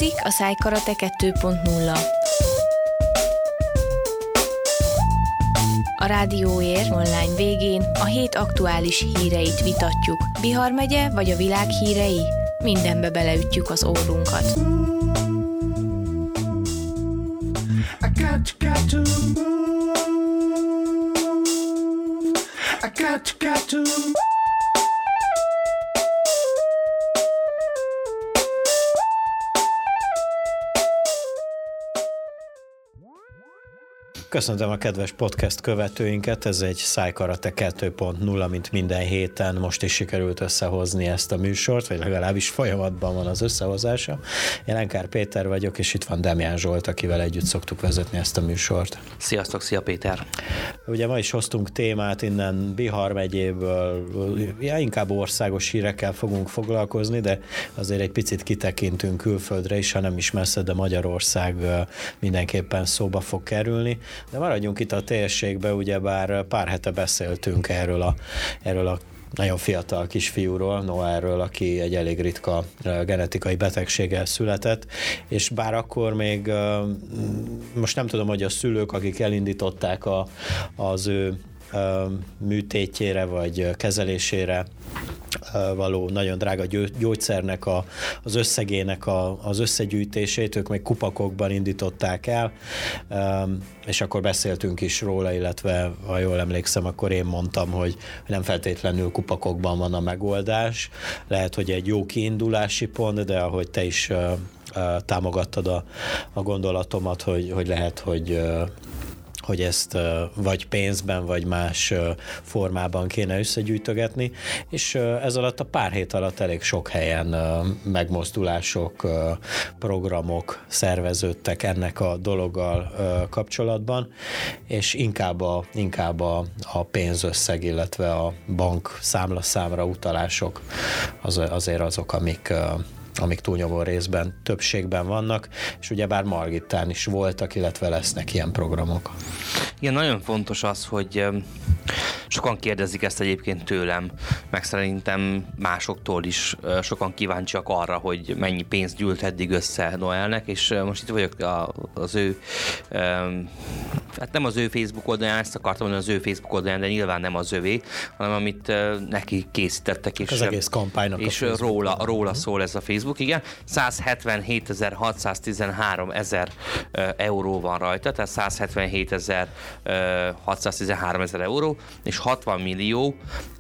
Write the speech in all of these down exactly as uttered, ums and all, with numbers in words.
Következik a Szájkarate kettő pont nulla. A Rádióér online végén a hét aktuális híreit vitatjuk. Bihar megye vagy a világ hírei? Mindenbe beleütjük az órunkat. I got, got to move. I got, got to move. Köszöntöm a kedves podcast követőinket, ez egy Szájkarate kettő pont nulla, mint minden héten. Most is sikerült összehozni ezt a műsort, vagy legalábbis folyamatban van az összehozása. Én Lenkár Péter vagyok, és itt van Demján Zsolt, akivel együtt szoktuk vezetni ezt a műsort. Sziasztok, szia Péter! Ugye ma is hoztunk témát innen Bihar megyéből, ja, inkább országos hírekkel fogunk foglalkozni, de azért egy picit kitekintünk külföldre is, ha nem is messze, de Magyarország mindenképpen szóba fog kerülni. De maradjunk itt a térségbe, ugyebár pár hete beszéltünk erről a, erről a nagyon fiatal kisfiúról, Noelről, aki egy elég ritka genetikai betegséggel született, és bár akkor még, most nem tudom, hogy a szülők, akik elindították a, az ő műtétjére vagy kezelésére való nagyon drága gyógyszernek a, az összegének a, az összegyűjtését, ők még kupakokban indították el, és akkor beszéltünk is róla, illetve ha jól emlékszem, akkor én mondtam, hogy nem feltétlenül kupakokban van a megoldás, lehet, hogy egy jó kiindulási pont, de ahogy te is támogattad a, a gondolatomat, hogy, hogy lehet, hogy hogy ezt vagy pénzben, vagy más formában kéne összegyűjtögetni, és ez alatt a pár hét alatt elég sok helyen megmozdulások, programok szerveződtek ennek a dologgal kapcsolatban, és inkább a, inkább a, a pénzösszeg, illetve a bank számlaszámra utalások az, azért azok, amik amik túlnyomó részben, többségben vannak, és ugyebár Margittán is voltak, illetve lesznek ilyen programok. Igen, nagyon fontos az, hogy sokan kérdezik ezt egyébként tőlem, meg szerintem másoktól is sokan kíváncsiak arra, hogy mennyi pénzt gyűlt eddig össze Noelnek, és most itt vagyok az ő, hát nem az ő Facebook oldalán, ezt akartam mondani az ő Facebook oldalán, de nyilván nem az övé, hanem amit neki készítettek, és, az egész kampánynak és róla, róla szól ez a Facebook, igen. száz hetvenhétezer-hatszáztizenhárom ezer euró van rajta, tehát száz hetvenhétezer-hatszáztizenhárom ezer euró, és hatvan millió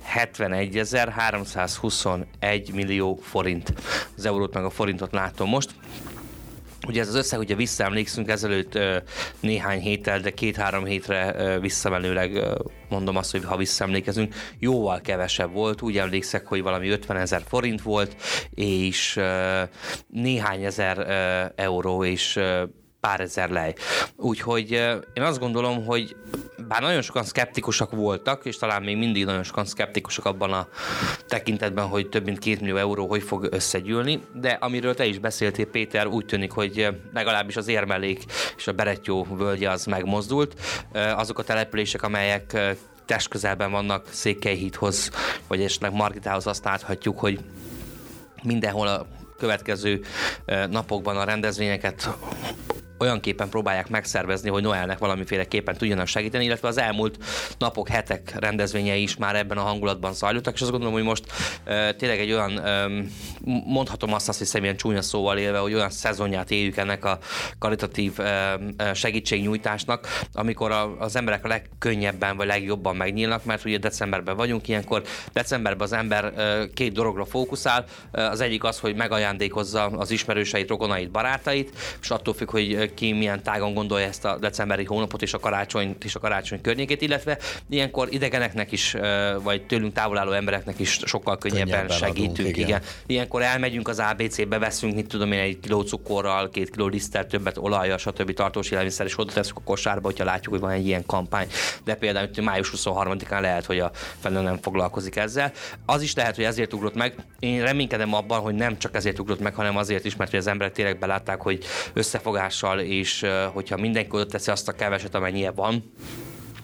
hetvenegyezer-háromszázhuszonegy millió forint. Az eurót meg a forintot látom most. Ugye ez az összeg, hogyha visszaemlékszünk ezelőtt néhány héttel, de két-három hétre visszamenőleg mondom azt, hogy ha visszaemlékezünk, jóval kevesebb volt. Úgy emlékszek, hogy valami ötven ezer forint volt, és néhány ezer euró, és pár ezer lej. Úgyhogy én azt gondolom, hogy bár nagyon sokan szkeptikusak voltak, és talán még mindig nagyon sokan szkeptikusak abban a tekintetben, hogy több mint két millió euró hogy fog összegyűlni, de amiről te is beszéltél, Péter, úgy tűnik, hogy legalábbis az Érmellék és a Berettyó völgye az megmozdult. Azok a települések, amelyek testközelben vannak Székelyhídhoz, vagy esetleg Margittához, azt láthatjuk, hogy mindenhol a következő napokban a rendezvényeket olyanképpen próbálják megszervezni, hogy Noelnek valamiféleképpen tudjanak segíteni, illetve az elmúlt napok, hetek rendezvényei is már ebben a hangulatban zajlottak, és azt gondolom, hogy most uh, tényleg egy olyan, um, mondhatom azt, azt hiszem ilyen csúnya szóval élve, hogy olyan szezonját éljük ennek a karitatív um, segítségnyújtásnak, amikor a, az emberek a legkönnyebben vagy legjobban megnyílnak, mert ugye decemberben vagyunk, ilyenkor decemberben az ember uh, két dologra fókuszál, uh, az egyik az, hogy megajándékozza az ismerőseit, rokonait, barátait, és attól függ, hogy ki milyen tágon gondolja ezt a decemberi hónapot és a karácsonyt és a karácsony környékét, illetve ilyenkor idegeneknek is, vagy tőlünk távol álló embereknek is sokkal könnyebben, könnyebben segítünk. Adunk, igen. igen. Ilyenkor elmegyünk az á bé cé-be, veszünk, mit tudom én, egy kiló cukorral, két kiló liszttel, többet olajjal, stb. Tartós élelmiszer, és oda tesszük a kosárba, hogyha látjuk, hogy van egy ilyen kampány. De például május huszonharmadikán lehet, hogy a felnő nem foglalkozik ezzel. Az is lehet, hogy ezért ugrott meg. Én reménykedem abban, hogy nem csak ezért ugrott meg, hanem azért is, mert az emberek tényleg belátták, hogy összefogással, és hogyha mindenki oda teszi azt a keveset, amennyie van,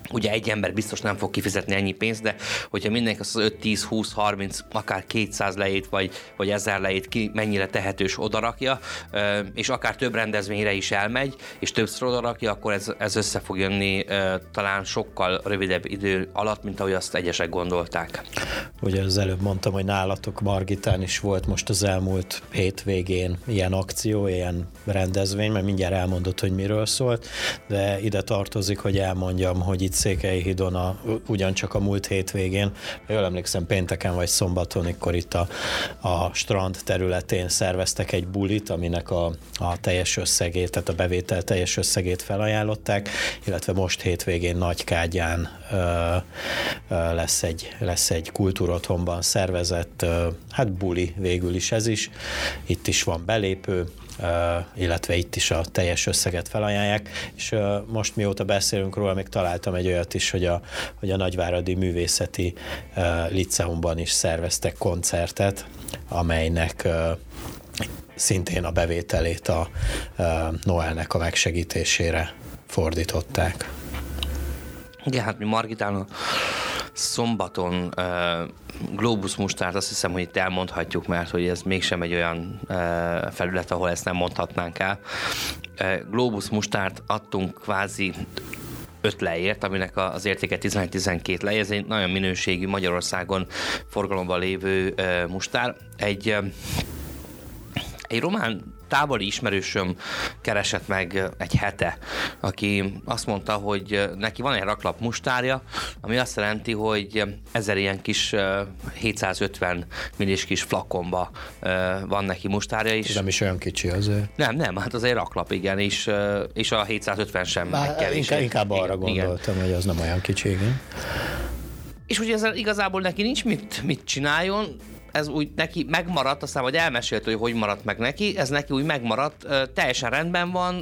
ugye egy ember biztos nem fog kifizetni ennyi pénzt, de hogyha mindenki az öt, tíz, húsz, harminc, akár kétszáz lejét, vagy, vagy ezer lejét ki mennyire tehetős odarakja, és akár több rendezvényre is elmegy, és többször odarakja, akkor ez, ez össze fog jönni talán sokkal rövidebb idő alatt, mint ahogy azt egyesek gondolták. Ugye az előbb mondtam, hogy nálatok Margitán is volt most az elmúlt hétvégén ilyen akció, ilyen rendezvény, mert mindjárt elmondott, hogy miről szólt, de ide tartozik, hogy elmondjam, hogy itt Székelyhídon a, ugyancsak a múlt hétvégén, jól emlékszem pénteken vagy szombaton, akkor itt a, a strand területén szerveztek egy bulit, aminek a, a teljes összegét, tehát a bevétel teljes összegét felajánlották, illetve most hétvégén Nagykágyán ö, ö, lesz egy, lesz egy kultúrotthonban szervezett, ö, hát buli végül is ez is, itt is van belépő, Uh, illetve itt is a teljes összeget felajánlják, és uh, most mióta beszélünk róla, még találtam egy olyat is, hogy a, hogy a Nagyváradi Művészeti uh, Liceumban is szerveztek koncertet, amelynek uh, szintén a bevételét a uh, Noelnek a megsegítésére fordították. Igen, hát mi Margitán szombaton uh, Globus mustárt azt hiszem, hogy itt elmondhatjuk, mert hogy ez mégsem egy olyan uh, felület, ahol ezt nem mondhatnánk el. Uh, Globus mustárt adtunk kvázi öt lejért, aminek az értéke tizenegy-tizenkét lej. Ez egy nagyon minőségű, Magyarországon forgalomban lévő uh, mustár. Egy, uh, egy román távoli ismerősöm keresett meg egy hete, aki azt mondta, hogy neki van egy raklap mustárja, ami azt jelenti, hogy ezer ilyen kis hétszázötven millis kis flakonba van neki mustárja is. Ez nem is olyan kicsi azért. Nem, nem, hát az egy raklap, igen, és, és a hétszázötven sem Bár kevés. Inkább, inkább arra igen, gondoltam, igen. Hogy az nem olyan kicsi, igen. És ugye ezzel igazából neki nincs mit, mit csináljon, ez úgy neki megmaradt, aztán vagy elmesélt, hogy hogy maradt meg neki, ez neki úgy megmaradt, teljesen rendben van,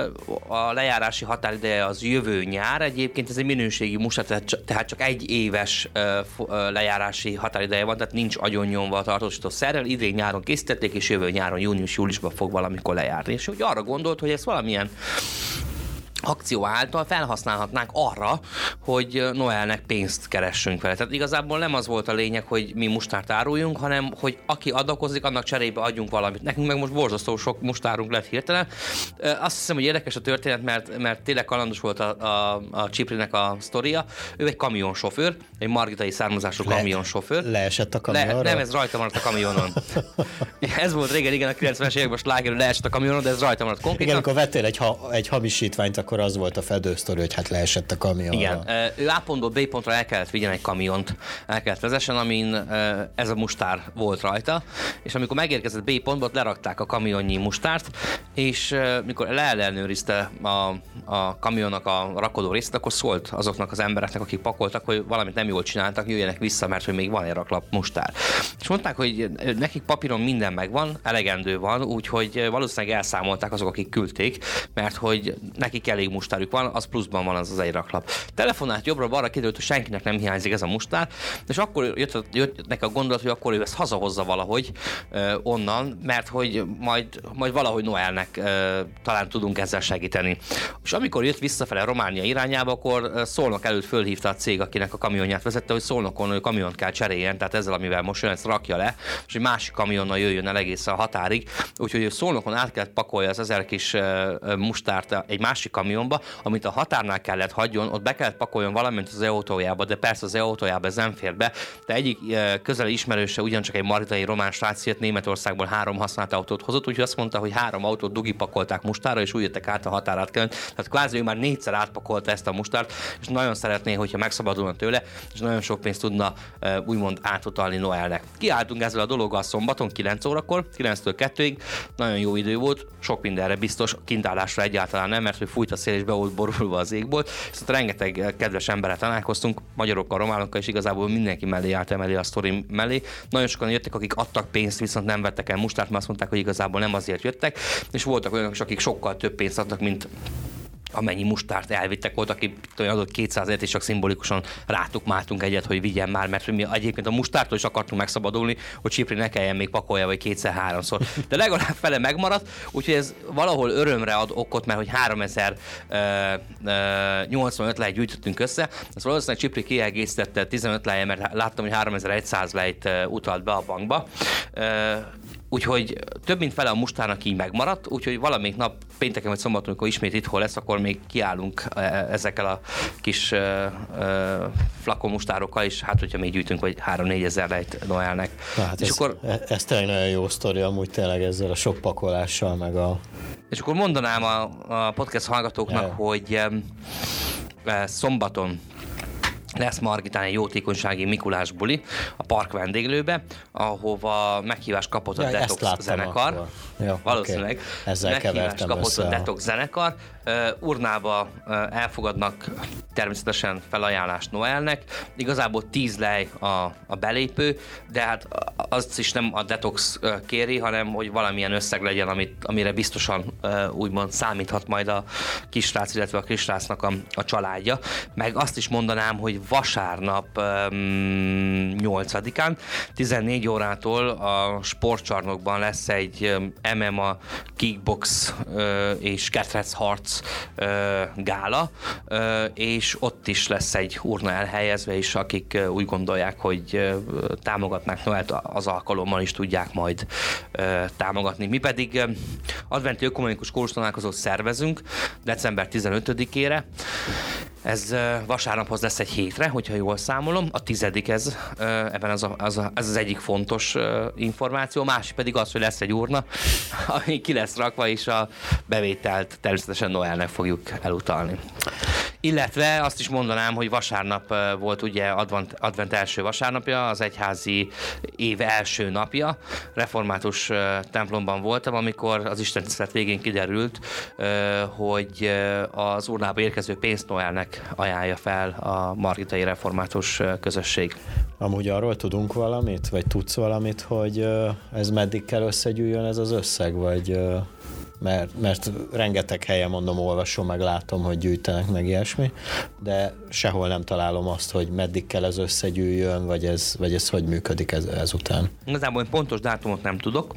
a lejárási határideje az jövő nyár, egyébként ez egy minőségi mustár, tehát csak egy éves lejárási határideje van, tehát nincs agyonnyomva a tartósító szerrel, idén nyáron készítették, és jövő nyáron, június-júliusban fog valamikor lejárni. És úgy arra gondolt, hogy ez valamilyen akció által felhasználhatnánk arra, hogy Noelnek pénzt keressünk vele. Tehát igazából nem az volt a lényeg, hogy mi mustárt áruljunk, hanem hogy aki adakozik, annak cserébe adjunk valamit. Nekünk meg most borzasztó sok mustárunk lett hirtelen. Azt hiszem, hogy érdekes a történet, mert, mert tényleg kalandos volt a, a, a Csiprinek a sztoria. Ő egy kamionsofőr, egy margitai származású Le, kamionsofőr. Leesett a kamionra? Le, nem, ez rajta maradt a kamionon. Ez volt régen, igen, a kilencvenes években slágerű leesett a kamionon, de ez rajta maradt konkrétan. Igen, amikor vettél egy, ha, egy hamisítványt, akkor az volt a fedősztori, hogy hát leesett a kamionra. Igen, ő A pontból B pontra el kellett vigyen egy kamiont, el kellett vezessen, amin ez a mustár volt rajta, és amikor megérkezett B pontból, lerakták a kamionnyi mustárt, és mikor leellenőrizte a, a kamionnak a rakodó részt, akkor szólt azoknak az embereknek, akik pakoltak, hogy valamit nem jól csináltak, jöjjenek vissza, mert hogy még van egy raklap mustár. És mondták, hogy nekik papíron minden megvan, elegendő van, úgyhogy valószínűleg elszámolták azok, akik küldték, mert hogy nekik elég mustárjuk van, az pluszban van az az egy raklap. Telefonált jobbra-balra, kiderült, hogy senkinek nem hiányzik ez a mustár, és akkor jött, jött neki a gondolat, hogy akkor ő ezt hazahozza valahogy uh, onnan, mert hogy majd, majd valahogy Noelnek uh, talán tudunk ezzel segíteni. És amikor jött visszafele Románia irányába, akkor uh, Szolnok előtt fölhívta a cég, akinek a kamionját vezette, hogy Szolnokon ő kamiont kell cseréljen, tehát ezzel, amivel most jön, ezt rakja le, és egy másik kamionnal jöjjön el egészen a határig. Úgyhogy Szolnokon át kellett pakolja az ezer kis uh, mustárt egy másik kamionba, amit a határnál kellett hagyjon, ott be kellett pakoljon valamint az e-autójába, de persze az e-autójába ez nem fér be. De egyik közeli ismerőse ugyancsak egy margitai román srác jött Németországból három használt autót hozott, úgyhogy azt mondta, hogy három autót dugipakolták mustára, és úgy jöttek át a határátkelőn. Tehát kvázi ő már négyszer átpakolta ezt a mustárt, és nagyon szeretné, hogyha megszabadulna tőle, és nagyon sok pénzt tudna úgymond átutalni Noelnek. Kiálltunk ezzel a dologgal szombaton kilenc órakor, kilenctől kettőig, nagyon jó idő volt, sok mindenre biztos, kintállásra egyáltalán nem, mert hogy fújt a szél és be volt borulva az égból, és ott rengeteg kedves emberrel találkoztunk, magyarokkal, románokkal, és igazából mindenki mellé állt emellé a sztori mellé. Nagyon sokan jöttek, akik adtak pénzt, viszont nem vettek el mustárt, mert azt mondták, hogy igazából nem azért jöttek, és voltak olyanok is, akik sokkal több pénzt adtak, mint amennyi mustárt elvittek, volt, aki adott kétszázért, és csak szimbolikusan rátukmáltunk egyet, hogy vigyen már, mert mi egyébként a mustártól is akartunk megszabadulni, hogy Csipri ne kelljen még pakolja, vagy kétszer-háromszor. De legalább fele megmaradt, úgyhogy ez valahol örömre ad okot, mert hogy háromezer-nyolcvanöt lejt gyűjtöttünk össze. Ezt valószínűleg Csipri kiegészítette tizenöt lejjel, mert láttam, hogy háromezer-száz lejt utalt be a bankba. Úgyhogy több mint fele a mustárnak így megmaradt, úgyhogy valamelyik nap, pénteken vagy szombaton, amikor ismét itthon lesz, akkor még kiállunk ezekkel a kis uh, uh, flakon mustárokkal, és hát, hogyha még gyűjtünk, vagy három-négy ezer lejt Noelnek. Hát és ez, akkor, ez tényleg nagyon jó sztori, amúgy tényleg ezzel a sok pakolással, meg a... És akkor mondanám a, a podcast hallgatóknak, ja. hogy um, szombaton lesz Margitán egy jótékonysági Mikulás buli a park vendéglőbe, ahova meghívást kapott a ja, Detox zenekar. Jó, valószínűleg. Okay. Ezzel meghívást kapott össze. a Detox zenekar. Uh, urnába uh, elfogadnak természetesen felajánlást Noelnek. Igazából tíz lej a, a belépő, de hát azt is nem a Detox uh, kéri, hanem hogy valamilyen összeg legyen, amit, amire biztosan uh, úgymond számíthat majd a kisrác, illetve a kisrácnak a, a családja. Meg azt is mondanám, hogy vasárnap um, nyolcadikán tizennégy órától a sportcsarnokban lesz egy um, em em á kickbox uh, és ketrec harc uh, gála, uh, és ott is lesz egy urna elhelyezve, és akik uh, úgy gondolják, hogy uh, támogatnák Noelt, az alkalommal is tudják majd uh, támogatni. Mi pedig uh, adventi ökumenikus kórustalálkozót szervezünk december tizenötödikére. Ez uh, vasárnaphoz lesz egy hétre, hogyha jól számolom. A tizedik ez, uh, ebben az, a, az, a, ez az egyik fontos uh, információ. Másik pedig az, hogy lesz egy urna, ami ki lesz rakva, és a bevételt természetesen Noelnek fogjuk elutalni. Illetve azt is mondanám, hogy vasárnap uh, volt ugye advent, advent első vasárnapja, az egyházi év első napja. Református uh, templomban voltam, amikor az istentisztelet végén kiderült, uh, hogy uh, az urnába érkező pénzt Noelnek ajánlja fel a margitai református közösség. Amúgy arról tudunk valamit, vagy tudsz valamit, hogy ez meddig kell összegyűjjön ez az összeg, vagy mert, mert rengeteg helyen mondom, olvasom, meg látom, hogy gyűjtenek meg ilyesmi, de sehol nem találom azt, hogy meddig kell ez összegyűjjön, vagy ez, vagy ez hogy működik ez, ezután. Igazából pontos dátumot nem tudok.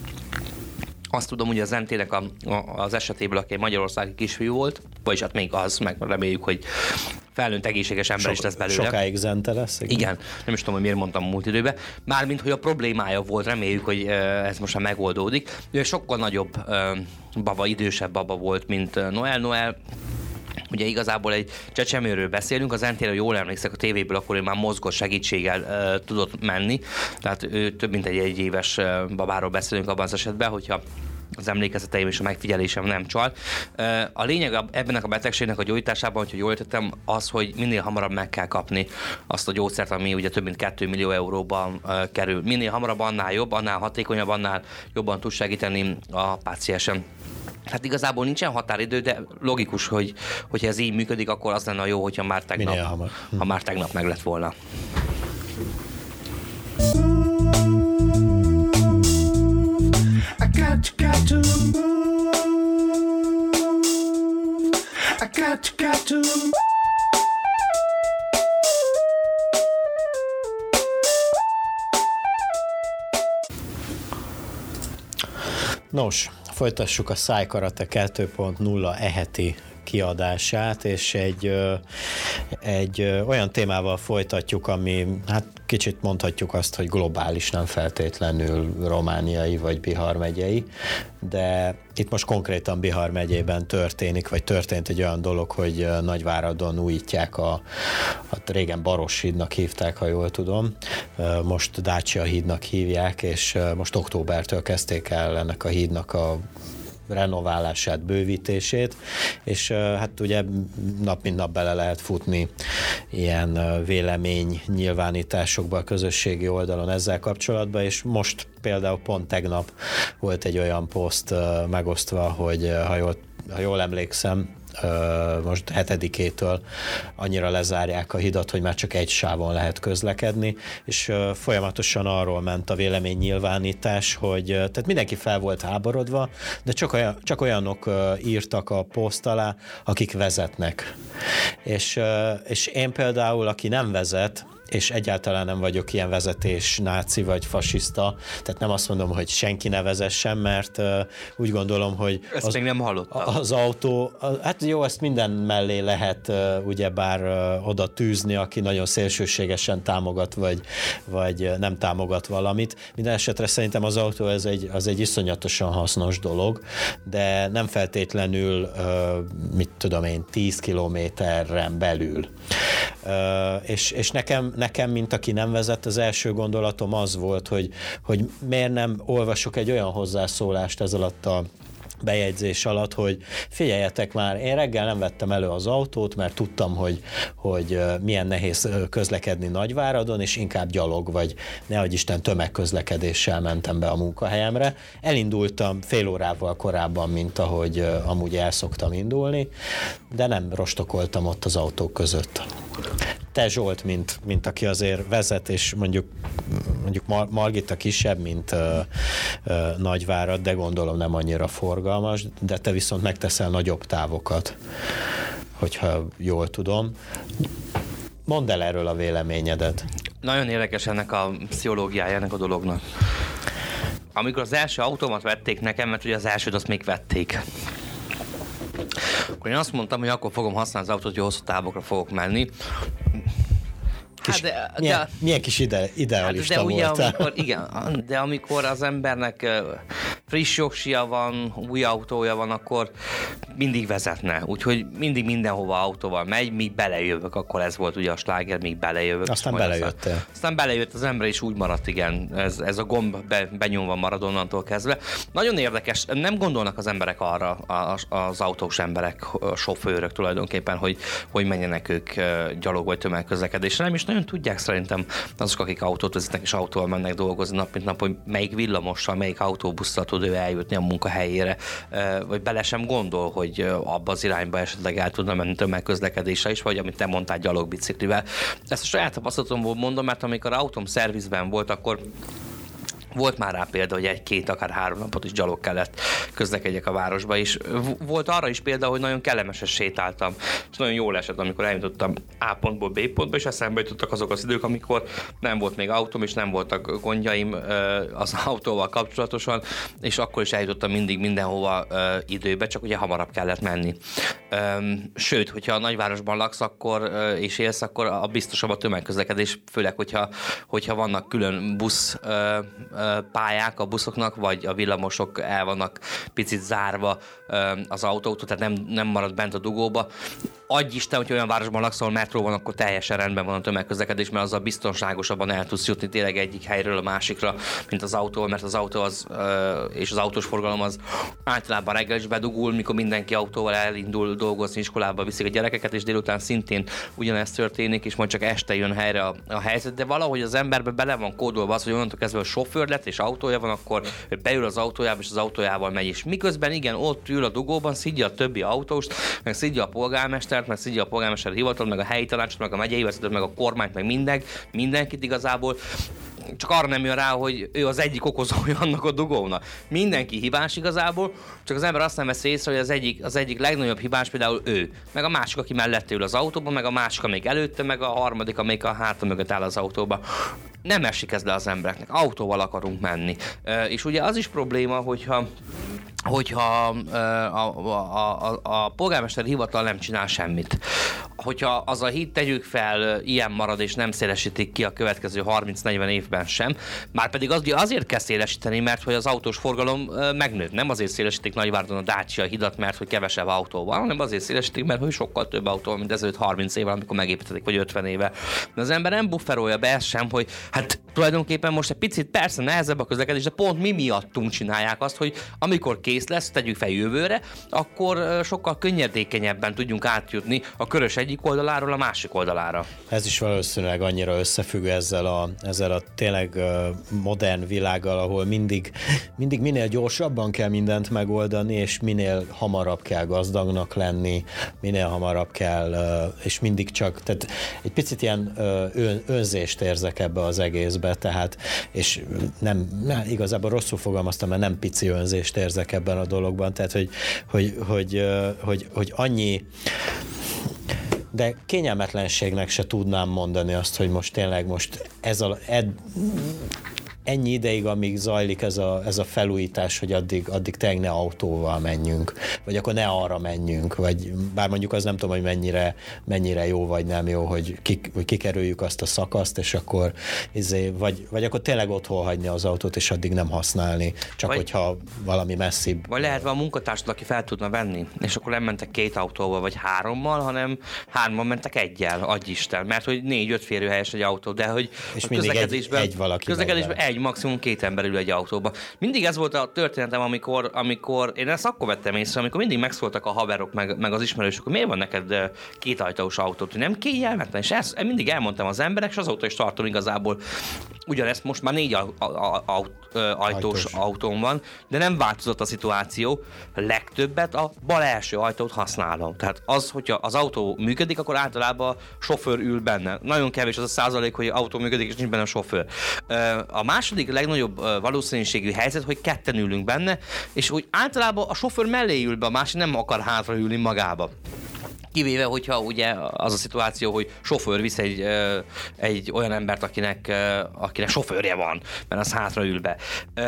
Azt tudom, hogy az en té-nek a, a, az esetéből, aki egy magyarországi kisfiú volt, vagyis hát még az, meg reméljük, hogy felnőtt egészséges ember Sok, is lesz belőle. Sokáig zente lesz? Igen. igen, nem is tudom, hogy miért mondtam múlt időben. Mármint, hogy a problémája volt, reméljük, hogy ez most már megoldódik. Ő sokkal nagyobb baba, idősebb baba volt, mint Noel. Noel ugye igazából egy csecsemőről beszélünk, az en té-ről jól emlékszek a tévéből, akkor ő már mozgott segítséggel uh, tudott menni, tehát ő több mint egy egyéves uh, babáról beszélünk abban az esetben, hogyha az emlékezeteim és a megfigyelésem nem csal. Uh, a lényeg ebben a betegségnek a gyógyításában, hogyha jól értettem, az, hogy minél hamarabb meg kell kapni azt a gyógyszert, ami ugye több mint két millió euróban uh, kerül. Minél hamarabb, annál jobb, annál hatékonyabb, annál jobban tud segíteni a páciensen. Hát igazából nincsen határidő, de logikus, hogy hogyha ez így működik, akkor az lenne jó, hogyha már tegnap, ha már tegnap meg lett volna. I got you, got to move. I got you, got to move. Nos, folytassuk a Szájkarate kettő pont nulla eheti kiadását, és egy, egy olyan témával folytatjuk, ami hát kicsit mondhatjuk azt, hogy globális, nem feltétlenül romániai vagy Bihar megyei, de itt most konkrétan Bihar megyében történik, vagy történt egy olyan dolog, hogy Nagyváradon újítják a, hát régen Baros hídnak hívták, ha jól tudom, most Dácsia hídnak hívják, és most októbertől kezdték el ennek a hídnak a renoválását, bővítését, és hát ugye nap mint nap bele lehet futni ilyen vélemény nyilvánításokba a közösségi oldalon ezzel kapcsolatban, és most például pont tegnap volt egy olyan poszt megosztva, hogy ha jól, ha jól emlékszem, most hetedikétől annyira lezárják a hidat, hogy már csak egy sávon lehet közlekedni, és folyamatosan arról ment a véleménynyilvánítás, hogy tehát mindenki fel volt háborodva, de csak, olyan, csak olyanok írtak a poszt alá, akik vezetnek. És, és én például, aki nem vezet, és egyáltalán nem vagyok ilyen vezetés náci vagy fasiszta, tehát nem azt mondom, hogy senki ne vezessen, mert uh, úgy gondolom, hogy ezt az, még nem hallottam. Az autó, hát jó, ezt minden mellé lehet uh, ugyebár uh, oda tűzni, aki nagyon szélsőségesen támogat, vagy, vagy nem támogat valamit. Minden esetre szerintem az autó ez egy, az egy iszonyatosan hasznos dolog, de nem feltétlenül, uh, mit tudom én, tíz kilométeren belül. Uh, és, és nekem, nekem, mint aki nem vezet, az első gondolatom az volt, hogy, hogy miért nem olvasok egy olyan hozzászólást ez alatt a bejegyzés alatt, hogy figyeljetek már, én reggel nem vettem elő az autót, mert tudtam, hogy, hogy milyen nehéz közlekedni Nagyváradon, és inkább gyalog, vagy nehogy Isten tömegközlekedéssel mentem be a munkahelyemre. Elindultam fél órával korábban, mint ahogy amúgy el szoktam indulni, de nem rostokoltam ott az autók között. Te Zsolt, mint, mint aki azért vezet, és mondjuk, mondjuk Mar- Margita kisebb, mint uh, uh, Nagyvárad, de gondolom nem annyira forgalmas, de te viszont megteszel nagyobb távokat, hogyha jól tudom. Mondd el erről a véleményedet. Nagyon érdekes ennek a pszichológiája ennek a dolognak. Amikor az első autómat vették nekem, mert ugye az elsőt azt még vették, akkor én azt mondtam, hogy akkor fogom használni az autót, hogy hosszú távokra fogok menni. Kis, hát de, milyen, de, milyen kis ide, idealista hát de ugye, voltál. amikor, igen, de amikor az embernek friss jogsia van, új autója van, akkor mindig vezetne. Úgyhogy mindig mindenhova autóval megy, míg belejövök, akkor ez volt ugye a sláger, míg belejövök. Aztán belejöttél. Aztán, aztán belejött az ember, és úgy maradt, igen. Ez, ez a gomb be, benyomva marad onnantól kezdve. Nagyon érdekes, nem gondolnak az emberek arra, az autós emberek, a sofőrök tulajdonképpen, hogy, hogy menjenek ők gyalog vagy tömegközlekedésre. Nem is nagyon tudják szerintem azok, akik autót vezetnek és autóval mennek dolgozni nap mint nap, hogy melyik villamossal, melyik autóbusszal tud ő eljutni a munkahelyére, vagy bele sem gondol, hogy abba az irányba esetleg el tudna menni tömegközlekedésre is, vagy amit te mondtál, gyalogbiciklivel. Ezt a saját tapasztalatomból mondom, mert amikor autóm szervizben volt, akkor volt már rá példa, hogy egy-két, akár három napot is gyalog kellett közlekedjek a városba, és volt arra is példa, hogy nagyon kellemesen sétáltam, és nagyon jól esett, amikor eljutottam A pontból B pontba, és eszembe jutottak azok az idők, amikor nem volt még autóm, és nem voltak gondjaim az autóval kapcsolatosan, és akkor is eljutottam mindig mindenhova időbe, csak ugye hamarabb kellett menni. Sőt, hogyha a nagyvárosban laksz, akkor és élsz, akkor a biztosabb a tömegközlekedés, főleg, hogyha, hogyha vannak külön busz pályák a buszoknak, vagy a villamosok el vannak picit zárva az autótól, tehát nem, nem marad bent a dugóba. Adj Isten, hogy olyan városban laksz, ahol metró van, akkor teljesen rendben van a tömegközlekedés, mert azzal biztonságosabban el tudsz jutni tényleg egyik helyről a másikra, mint az autóval, mert az autó az, és az autós forgalom az általában reggel is bedugul, mikor mindenki autóval elindul dolgozni, iskolába viszik a gyerekeket, és délután szintén ugyanezt történik, és majd csak este jön helyre a, a helyzet, de valahogy az emberbe bele van kódolva az, hogy onnantól kezdve a sofőr lett, és autója van, akkor beül az autójába, és az autójával megy. És miközben igen, ott ül a dugóban, szidja a többi autóst, meg szidja a polgármestert, meg szidja a polgármester hivatal, meg a helyi tanácsot, meg a megyei vezetőt, meg a kormányt, meg minden, mindenkit igazából. Csak arra nem jön rá, hogy ő az egyik okozója annak a dugónak. Mindenki hibás igazából, csak az ember azt nem vesz észre, hogy az egyik, az egyik legnagyobb hibás például ő, meg a másik, aki mellette ül az autóban, meg a másik, amelyik előtte, meg a harmadik, amelyik a háta mögött áll az autóba. Nem esik ez le az embereknek, autóval akarunk menni. És ugye az is probléma, hogyha hogyha a, a, a, a polgármester hivatal nem csinál semmit. Hogyha az a híd, tegyük fel, ilyen marad és nem szélesítik ki a következő harminc-negyven évben sem, már pedig az, azért kell szélesíteni, mert hogy az autós forgalom megnőtt. Nem azért szélesítik Nagyváradon a Dacia hidat, mert hogy kevesebb autó van, hanem azért szélesítik, mert hogy sokkal több autó van, mint ezelőtt harminc évvel, amikor megépítették, vagy ötven éve. De az ember nem bufferolja be ezt sem, hogy hát tulajdonképpen most egy picit persze nehezebb a közlekedés, de pont mi miattunk csinálják azt, hogy amikor kész lesz, tegyük fel jövőre, akkor sokkal könnyedékenyebben tudjunk átjutni a Körös egyik egyik oldaláról a másik oldalára. Ez is valószínűleg annyira összefügg ezzel a, ezzel a tényleg modern világgal, ahol mindig, mindig minél gyorsabban kell mindent megoldani, és minél hamarabb kell gazdagnak lenni, minél hamarabb kell, és mindig csak, tehát egy picit ilyen ön, önzést érzek ebbe az egészbe, tehát, és nem, nem, igazából rosszul fogalmaztam, mert nem pici önzést érzek ebben a dologban, tehát, hogy, hogy, hogy, hogy, hogy annyi, de kényelmetlenségnek se tudnám mondani azt, hogy most tényleg most ez a, ed, ennyi ideig, amíg zajlik ez a, ez a felújítás, hogy addig, addig tényleg ne autóval menjünk, vagy akkor ne arra menjünk, vagy bár mondjuk az nem tudom, hogy mennyire, mennyire jó vagy nem jó, hogy, kik, hogy kikerüljük azt a szakaszt, és akkor izé, vagy, vagy akkor tényleg otthon hagyni az autót, és addig nem használni, csak vagy, hogyha valami messzibb. Vagy lehet a munkatársad, aki fel tudna venni, és akkor nem mentek két autóval, vagy hárommal, hanem hárman mentek egyel, adj Isten, mert hogy négy-öt férőhelyes egy autó, de hogy és a közlekedésben egy, egy valaki közlekedésben egy, maximum két ember ül egy autóba. Mindig ez volt a történetem, amikor, amikor én ezt akkor vettem észre, amikor mindig megszóltak a haverok, meg, meg az ismerősök, hogy miért van neked két ajtós autót, hogy nem kényelmetlen, és ezt mindig elmondtam az emberek, és azóta is tartom igazából. Ugyanezt most már négy a, a, a, a, ajtós autón van, de nem változott a szituáció. Legtöbbet a bal első ajtót használom. Tehát az, hogyha az autó működik, akkor általában a sofőr ül benne. Nagyon kevés az a százalék, hogy autó működik, és nincs benne a sofőr. A második legnagyobb valószínűségű helyzet, hogy ketten ülünk benne, és úgy általában a sofőr mellé ül be, a másik nem akar hátraülni magába. Kivéve, hogyha ugye az a szituáció, hogy sofőr visz egy, egy olyan embert, akinek, akinek sofőrje van, mert az hátra ül be.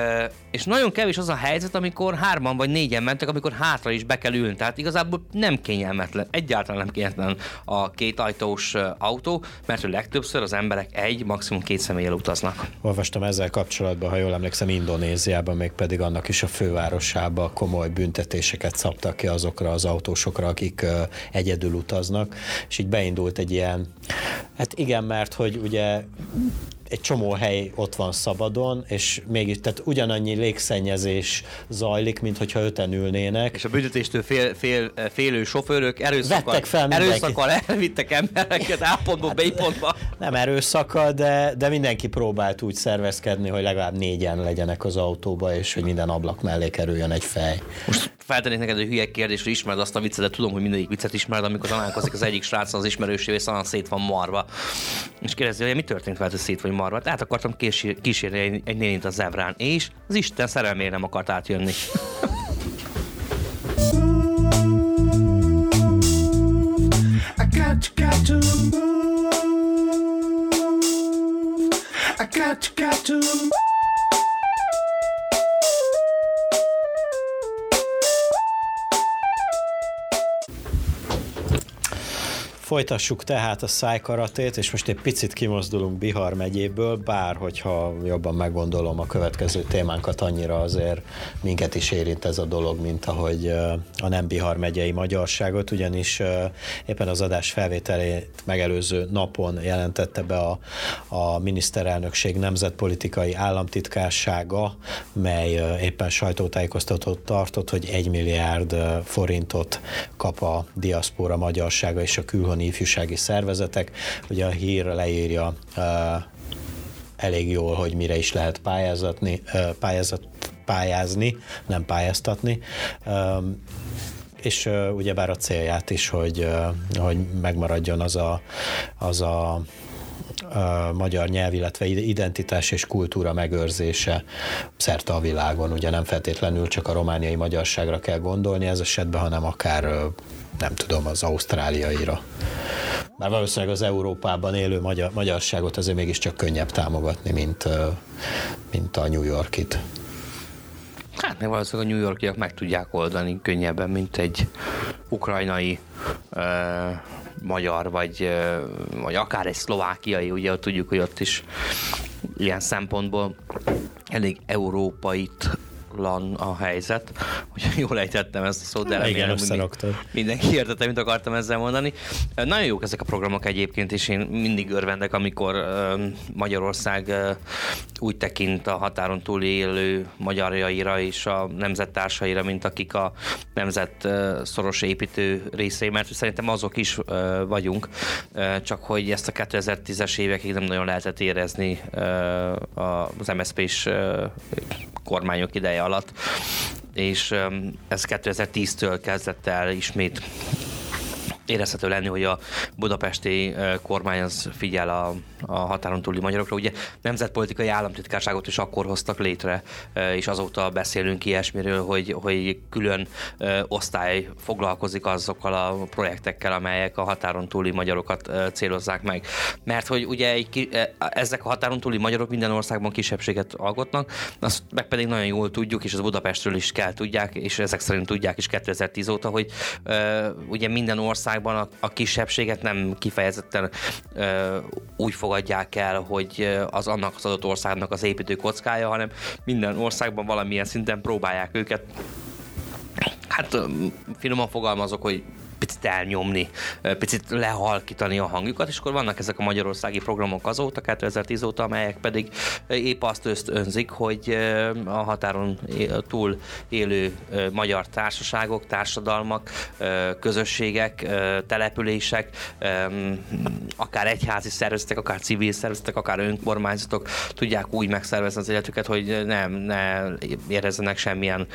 És nagyon kevés az a helyzet, amikor hárman vagy négyen mentek, amikor hátra is be kell ülni. Tehát igazából nem kényelmetlen, egyáltalán nem kényelmetlen a két ajtós autó, mert hogy legtöbbször az emberek egy, maximum két személlyel utaznak. Olvastam ezzel kapcsolatban, ha jól emlékszem, Indonéziában, még pedig annak is a fővárosában komoly büntetéseket szabtak ki azokra az autósokra, akik egyedül utaznak, és így beindult egy ilyen, hát igen, mert hogy ugye egy csomó hely ott van szabadon, és mégis, tehát ugyanannyi légszennyezés zajlik, mint hogyha öten ülnének. És a büntetéstől fél, fél, félő sofőrök erőszakkal, erőszakkal elvittek embereket A pontból B pontba. Nem erőszakkal, de, de mindenki próbált úgy szervezkedni, hogy legalább négyen legyenek az autóba, és hogy minden ablak mellé kerüljön egy fej. Most feltennék neked egy hülye kérdés, hogy ismered azt a viccet, de tudom, hogy mindegyik viccet ismered, amikor találkozik az egyik srác az ismerősével, és szalán szét van marva. És kérdezi, hogy mi történt veled, hogy szét vagy marva? Át akartam kísér, kísérni egy, egy nénit a zebrán, és az Isten szerelmére nem akart átjönni. I got, got to move. I got, got to move. Folytassuk tehát a szájkaratét, és most egy picit kimozdulunk Bihar megyéből, bár hogyha jobban meggondolom a következő témánkat, annyira azért minket is érint ez a dolog, mint ahogy a nem Bihar megyei magyarságot, ugyanis éppen az adás felvételét megelőző napon jelentette be a, a miniszterelnökség nemzetpolitikai államtitkársága, mely éppen sajtótájékoztatót tartott, hogy egy milliárd forintot kap a diaszpóra magyarsága és a külhoni ifjúsági szervezetek. Ugye a hír leírja uh, elég jól, hogy mire is lehet pályázatni, uh, pályázat, pályázni, nem pályáztatni. Um, és uh, ugyebár a célját is, hogy, uh, hogy megmaradjon az a, az a a magyar nyelv, illetve identitás és kultúra megőrzése szerte a világon. Ugye nem feltétlenül csak a romániai magyarságra kell gondolni ez esetben, hanem akár nem tudom, az ausztráliaira. Bár valószínűleg az Európában élő magyar, magyarságot azért mégiscsak könnyebb támogatni, mint, mint a New Yorkit. Hát meg valószínűleg a New Yorkiak meg tudják oldani könnyebben, mint egy ukrajnai uh, magyar, vagy, uh, vagy akár egy szlovákiai, ugye ott tudjuk, hogy ott is ilyen szempontból elég európait bizonytalan a helyzet, hogy jól ejtettem ezt a szót, de igen, remélem, mindenki értette, mit akartam ezzel mondani. Nagyon jók ezek a programok egyébként, és én mindig örvendek, amikor Magyarország úgy tekint a határon túl élő magyarjaira és a nemzettársaira, mint akik a nemzet szoros építő részei, mert szerintem azok is vagyunk, csak hogy ezt a kétezer-tízes évekig nem nagyon lehetett érezni az em es zé pés kormányok ideje alatt, és ez kétezer-tíztől kezdett el ismét érezhető lenni, hogy a budapesti kormány az figyel a, a határon túli magyarokra. Ugye nemzetpolitikai államtitkárságot is akkor hoztak létre, és azóta beszélünk ilyesmiről, hogy, hogy külön osztály foglalkozik azokkal a projektekkel, amelyek a határon túli magyarokat célozzák meg. Mert hogy ugye egy, ezek a határon túli magyarok minden országban kisebbséget alkotnak, azt meg pedig nagyon jól tudjuk, és az Budapestről is kell tudják, és ezek szerint tudják is kétezer-tíz óta, hogy ugye minden ország a, a kisebbséget nem kifejezetten ö, úgy fogadják el, hogy az annak az adott országnak az építő kockája, hanem minden országban valamilyen szinten próbálják őket, hát finoman fogalmazok, hogy picit elnyomni, picit lehalkítani a hangjukat, és akkor vannak ezek a magyarországi programok azóta, kétezer-tíz óta, amelyek pedig épp azt ösztönzik, hogy a határon túl élő magyar társaságok, társadalmak, közösségek, települések, akár egyházi szervezetek, akár civil szervezetek, akár önkormányzatok tudják úgy megszervezni az életüket, hogy nem, ne érezzenek semmilyen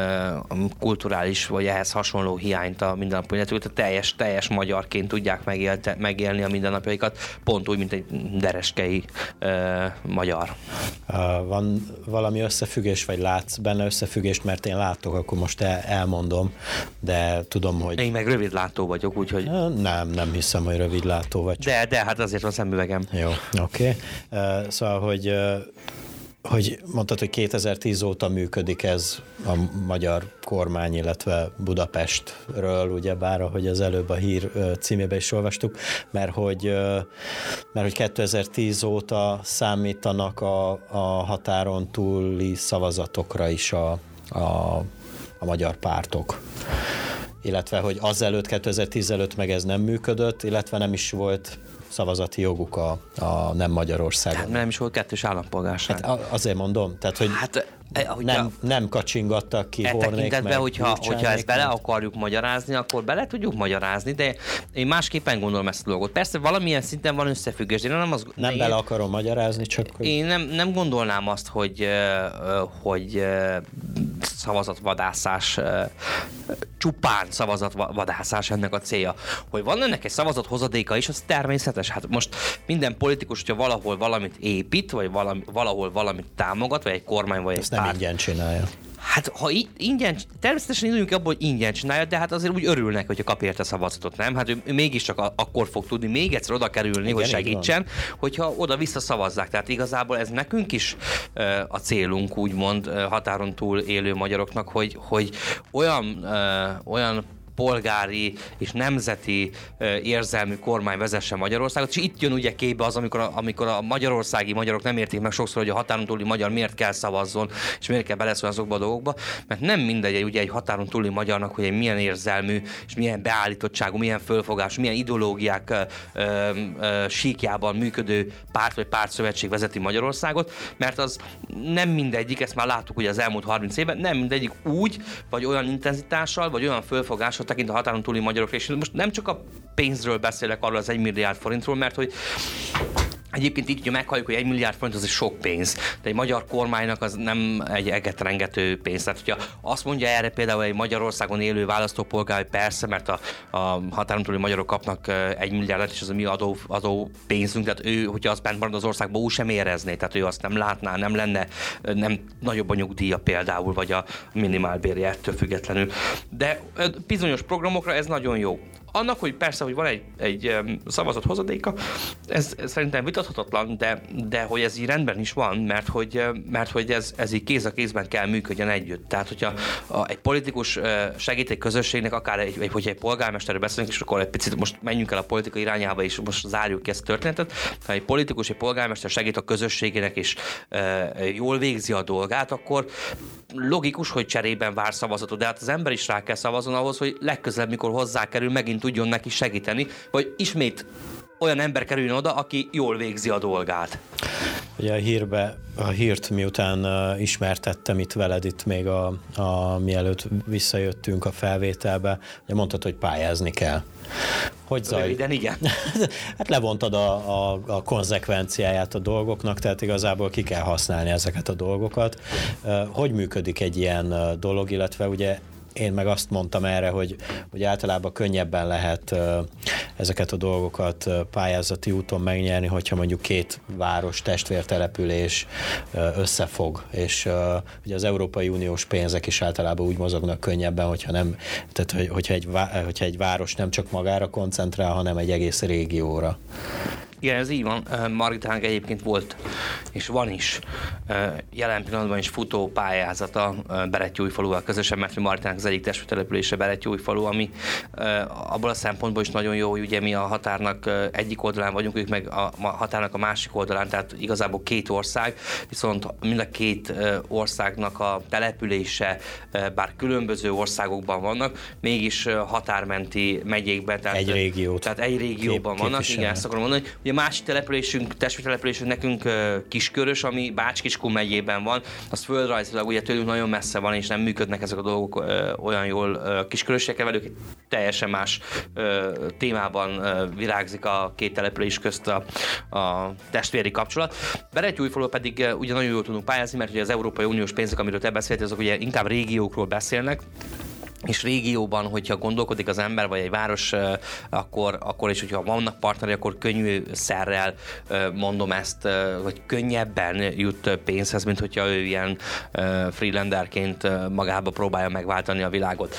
kulturális vagy ehhez hasonló hiányt a mindennapi életük, teljes, teljes magyarként tudják megélte, megélni a mindennapjaikat, pont úgy, mint egy dereskei uh, magyar. Uh, van valami összefüggés, vagy látsz benne összefüggést, mert én látok, akkor most el, elmondom, de tudom, hogy... Én meg rövidlátó vagyok, úgyhogy... Uh, nem, nem hiszem, hogy rövidlátó vagy. De, de, hát azért van szemüvegem. Jó, oké. Okay. Uh, szóval, hogy... Uh, hogy mondtad, hogy kétezer-tíz óta működik ez a magyar kormány, illetve Budapestről, ugyebár, ahogy az előbb a hír címében is olvastuk, mert hogy, mert hogy kétezer-tíz óta számítanak a, a határon túli szavazatokra is a, a, a magyar pártok. Illetve, hogy azelőtt, kétezer-tíz előtt meg ez nem működött, illetve nem is volt szavazati joguk a, a nem Magyarországon. Hát nem is volt kettős állampolgárság. Hát azért mondom, tehát, hogy hát, nem, nem kacsingattak ki e Hornék meg hogyha, hogyha ezt bele akarjuk magyarázni, akkor bele tudjuk magyarázni, de én másképpen gondolom ezt a dolgot. Persze valamilyen szinten van összefüggés. Én nem, az, nem én, bele akarom magyarázni, csak... Hogy... Én nem, nem gondolnám azt, hogy, hogy szavazatvadászás, csupán szavazatvadászás ennek a célja. Hogy van ennek egy szavazathozadéka is, az természetes. Hát most minden politikus, hogyha valahol valamit épít, vagy valami, valahol valamit támogat, vagy egy kormány, vagy ezt egy nem párt. ingyen csinálja. Hát, ha í- ingyen, természetesen induljunk abból, hogy ingyen csinálja, de hát azért úgy örülnek, hogyha kap érte szavazatot, nem? Hát ő mégiscsak a- akkor fog tudni még egyszer oda kerülni, igen, hogy segítsen, hogyha oda-vissza szavazzák. Tehát igazából ez nekünk is uh, a célunk, úgymond uh, határon túl élő magyaroknak, hogy, hogy olyan, uh, olyan polgári és nemzeti uh, érzelmű kormány vezesse Magyarországot, és itt jön ugye képbe az, amikor a, amikor a magyarországi magyarok nem értik meg sokszor, hogy a határon túli magyar miért kell szavazzon, és miért kell beleszólni azokba a dolgokba, mert nem mindegy ugye egy határon túli magyarnak, hogy egy milyen érzelmű, és milyen beállítottságú, milyen fölfogású, milyen ideológiák uh, uh, síkjában működő párt vagy pártszövetség vezeti Magyarországot, mert az nem mindegyik, ezt már láttuk ugye az elmúlt harminc évben, nem mindegyik úgy, vagy olyan intenzitással, vagy olyan fölfogással tekint a határon túli magyarokra, és most nem csak a pénzről beszélek, arról az egy milliárd forintról, mert hogy egyébként így, hogyha meghalljuk, hogy egy milliárd forint az is sok pénz, de egy magyar kormánynak az nem egy egetrengető pénz. Tehát, hogyha azt mondja erre például egy Magyarországon élő választópolgár, hogy persze, mert a, a határon túli magyarok kapnak egy milliárdot, és az a mi adó, adó pénzünk, tehát ő, hogyha az bent marad az országban, úgy sem érezné, tehát ő azt nem látná, nem lenne, nem nagyobb a nyugdíja például, vagy a minimálbérje ettől függetlenül. De bizonyos programokra ez nagyon jó. annak, hogy persze, hogy van egy, egy szavazat hozadéka, ez, ez szerintem vitathatatlan, de, de hogy ez így rendben is van, mert hogy, mert hogy ez, ez így kéz a kézben kell működjön együtt. Tehát, hogyha egy politikus segít egy közösségnek, akár egy, vagy hogyha egy polgármesterről beszélünk, és akkor egy picit most menjünk el a politika irányába, és most zárjuk ki ezt a történetet, ha egy politikus, egy polgármester segít a közösségének, és jól végzi a dolgát, akkor logikus, hogy cserében vár szavazatot, de hát az ember is rá kell szavazni ahhoz, hogy legközelebb, mikor hozzákerül, megint tudjon neki segíteni, vagy ismét olyan ember kerüljön oda, aki jól végzi a dolgát. Ugye a hírbe, a hírt miután uh, ismertettem itt veled itt még a, a mielőtt visszajöttünk a felvételbe, ugye mondtad, hogy pályázni kell. Hogy zajlik? Röviden, igen. Hát levontad a, a, a konzekvenciáját a dolgoknak, tehát igazából ki kell használni ezeket a dolgokat. Uh, hogy működik egy ilyen uh, dolog, illetve ugye én meg azt mondtam erre, hogy, hogy általában könnyebben lehet uh, ezeket a dolgokat uh, pályázati úton megnyerni, hogyha mondjuk két város, testvértelepülés uh, összefog, és uh, ugye az Európai Uniós pénzek is általában úgy mozognak könnyebben, hogyha nem, tehát hogy, hogyha, egy, hogyha egy város nem csak magára koncentrál, hanem egy egész régióra. Igen, ez így van. Margitának egyébként volt, és van is jelen pillanatban is futó pályázata Berettyóújfaluval közösen, mert Margitának az egyik testvértelepülése Berettyóújfalu, ami abból a szempontból is nagyon jó, hogy ugye mi a határnak egyik oldalán vagyunk, ők meg a határnak a másik oldalán, tehát igazából két ország, viszont mind a két országnak a települése, bár különböző országokban vannak, mégis határmenti megyékben. Tehát, egy régiót. Tehát egy régióban Kép, vannak, igen, ezt akarom mondani. Ugye a másik településünk, testvértelepülésünk nekünk Kiskörös, ami Bács-Kiskun megyében van, az földrajzilag ugye tőlünk nagyon messze van, és nem működnek ezek a dolgok olyan jól Kiskörösek, velük teljesen más témában virágzik a két település közt a, a testvéri kapcsolat. Berettyóújfaluról pedig ugye nagyon jól tudunk pályázni, mert ugye az Európai Uniós pénzek, amiről te beszéltél, azok ugye inkább régiókról beszélnek, és régióban, hogyha gondolkodik az ember, vagy egy város, akkor, akkor is, hogyha vannak partneri, akkor könnyű szerrel mondom ezt, vagy könnyebben jut pénzhez, mint hogyha ő ilyen freelanderként magába próbálja megváltani a világot.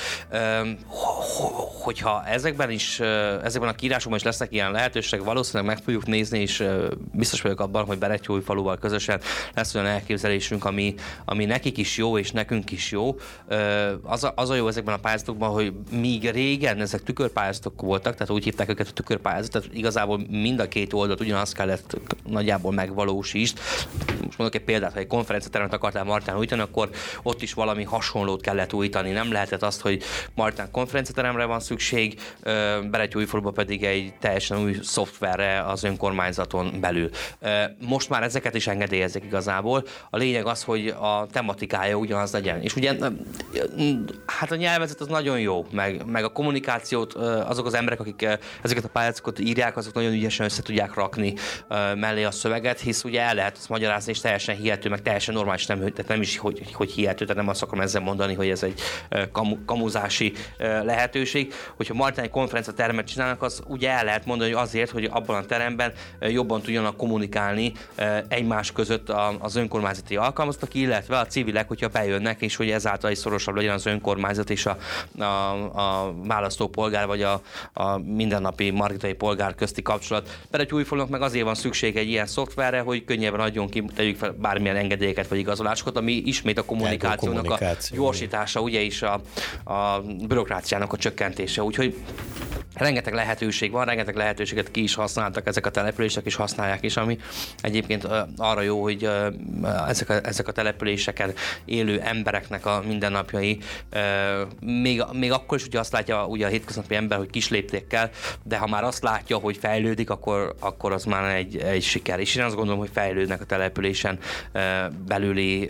Hogyha ezekben is, ezekben a kiírásokban is lesznek ilyen lehetőségek, valószínűleg meg fogjuk nézni, és biztos vagyok abban, hogy Berettyóújfaluval közösen lesz olyan elképzelésünk, ami, ami nekik is jó, és nekünk is jó. Az a, az a jó ezekben a pályázatokban, hogy míg régen ezek tükörpályázatok voltak, tehát úgy hívták őket a tükörpályázatot, tehát igazából mind a két oldalt ugyanazt kellett nagyjából megvalósítsd. Most mondok egy példát, ha egy konferenciatermet akartál Martán újítani, akkor ott is valami hasonlót kellett újítani. Nem lehetett azt, hogy Martán konferenciateremre van szükség, Berettyóújfaluban pedig egy teljesen új szoftverre az önkormányzaton belül. Most már ezeket is engedélyezik igazából. A lényeg az, hogy a tematikája ugyanaz legyen. És ugye hát a nyelvezet az nagyon jó, meg, meg a kommunikációt azok az emberek, akik ezeket a pályázatokat írják, azok nagyon ügyesen össze tudják rakni mellé a szöveget, hisz ugye el lehet azt magyarázni, és teljesen hihető, meg teljesen normális, nem, tehát nem is, hogy, hogy hihető, tehát nem azt akarom ezzel mondani, hogy ez egy kamu, kamuzási lehetőség. Hogyha Martán egy konferencia termet csinálnak, az ugye el lehet mondani, hogy azért, hogy abban a teremben jobban tudjanak kommunikálni egymás között az önkormányzati alkalmazottak, illetve a civilek, hogyha bejönnek, és hogy ezáltal is szorosabb legyen az önkormányzat és a, a, a választópolgár, vagy a, a mindennapi margitai polgár közti kapcsolat. Berettyóújfalunak meg azért van szükség egy ilyen szoftverre, hogy könnyebben adjon ki, tegyük fel bármilyen engedélyeket vagy igazolásokat, ami ismét a kommunikációnak a gyorsítása, ugye is a, a bürokráciának a csökkentése. Úgyhogy rengeteg lehetőség van, rengeteg lehetőséget ki is használtak ezek a települések, is használják is, ami egyébként arra jó, hogy ezek a, ezek a településeken élő embereknek a mindennapjai még, még akkor is ugye azt látja ugye a hétköznapi ember, hogy kis léptékkel, de ha már azt látja, hogy fejlődik, akkor, akkor az már egy, egy siker. És én azt gondolom, hogy fejlődnek a településen belüli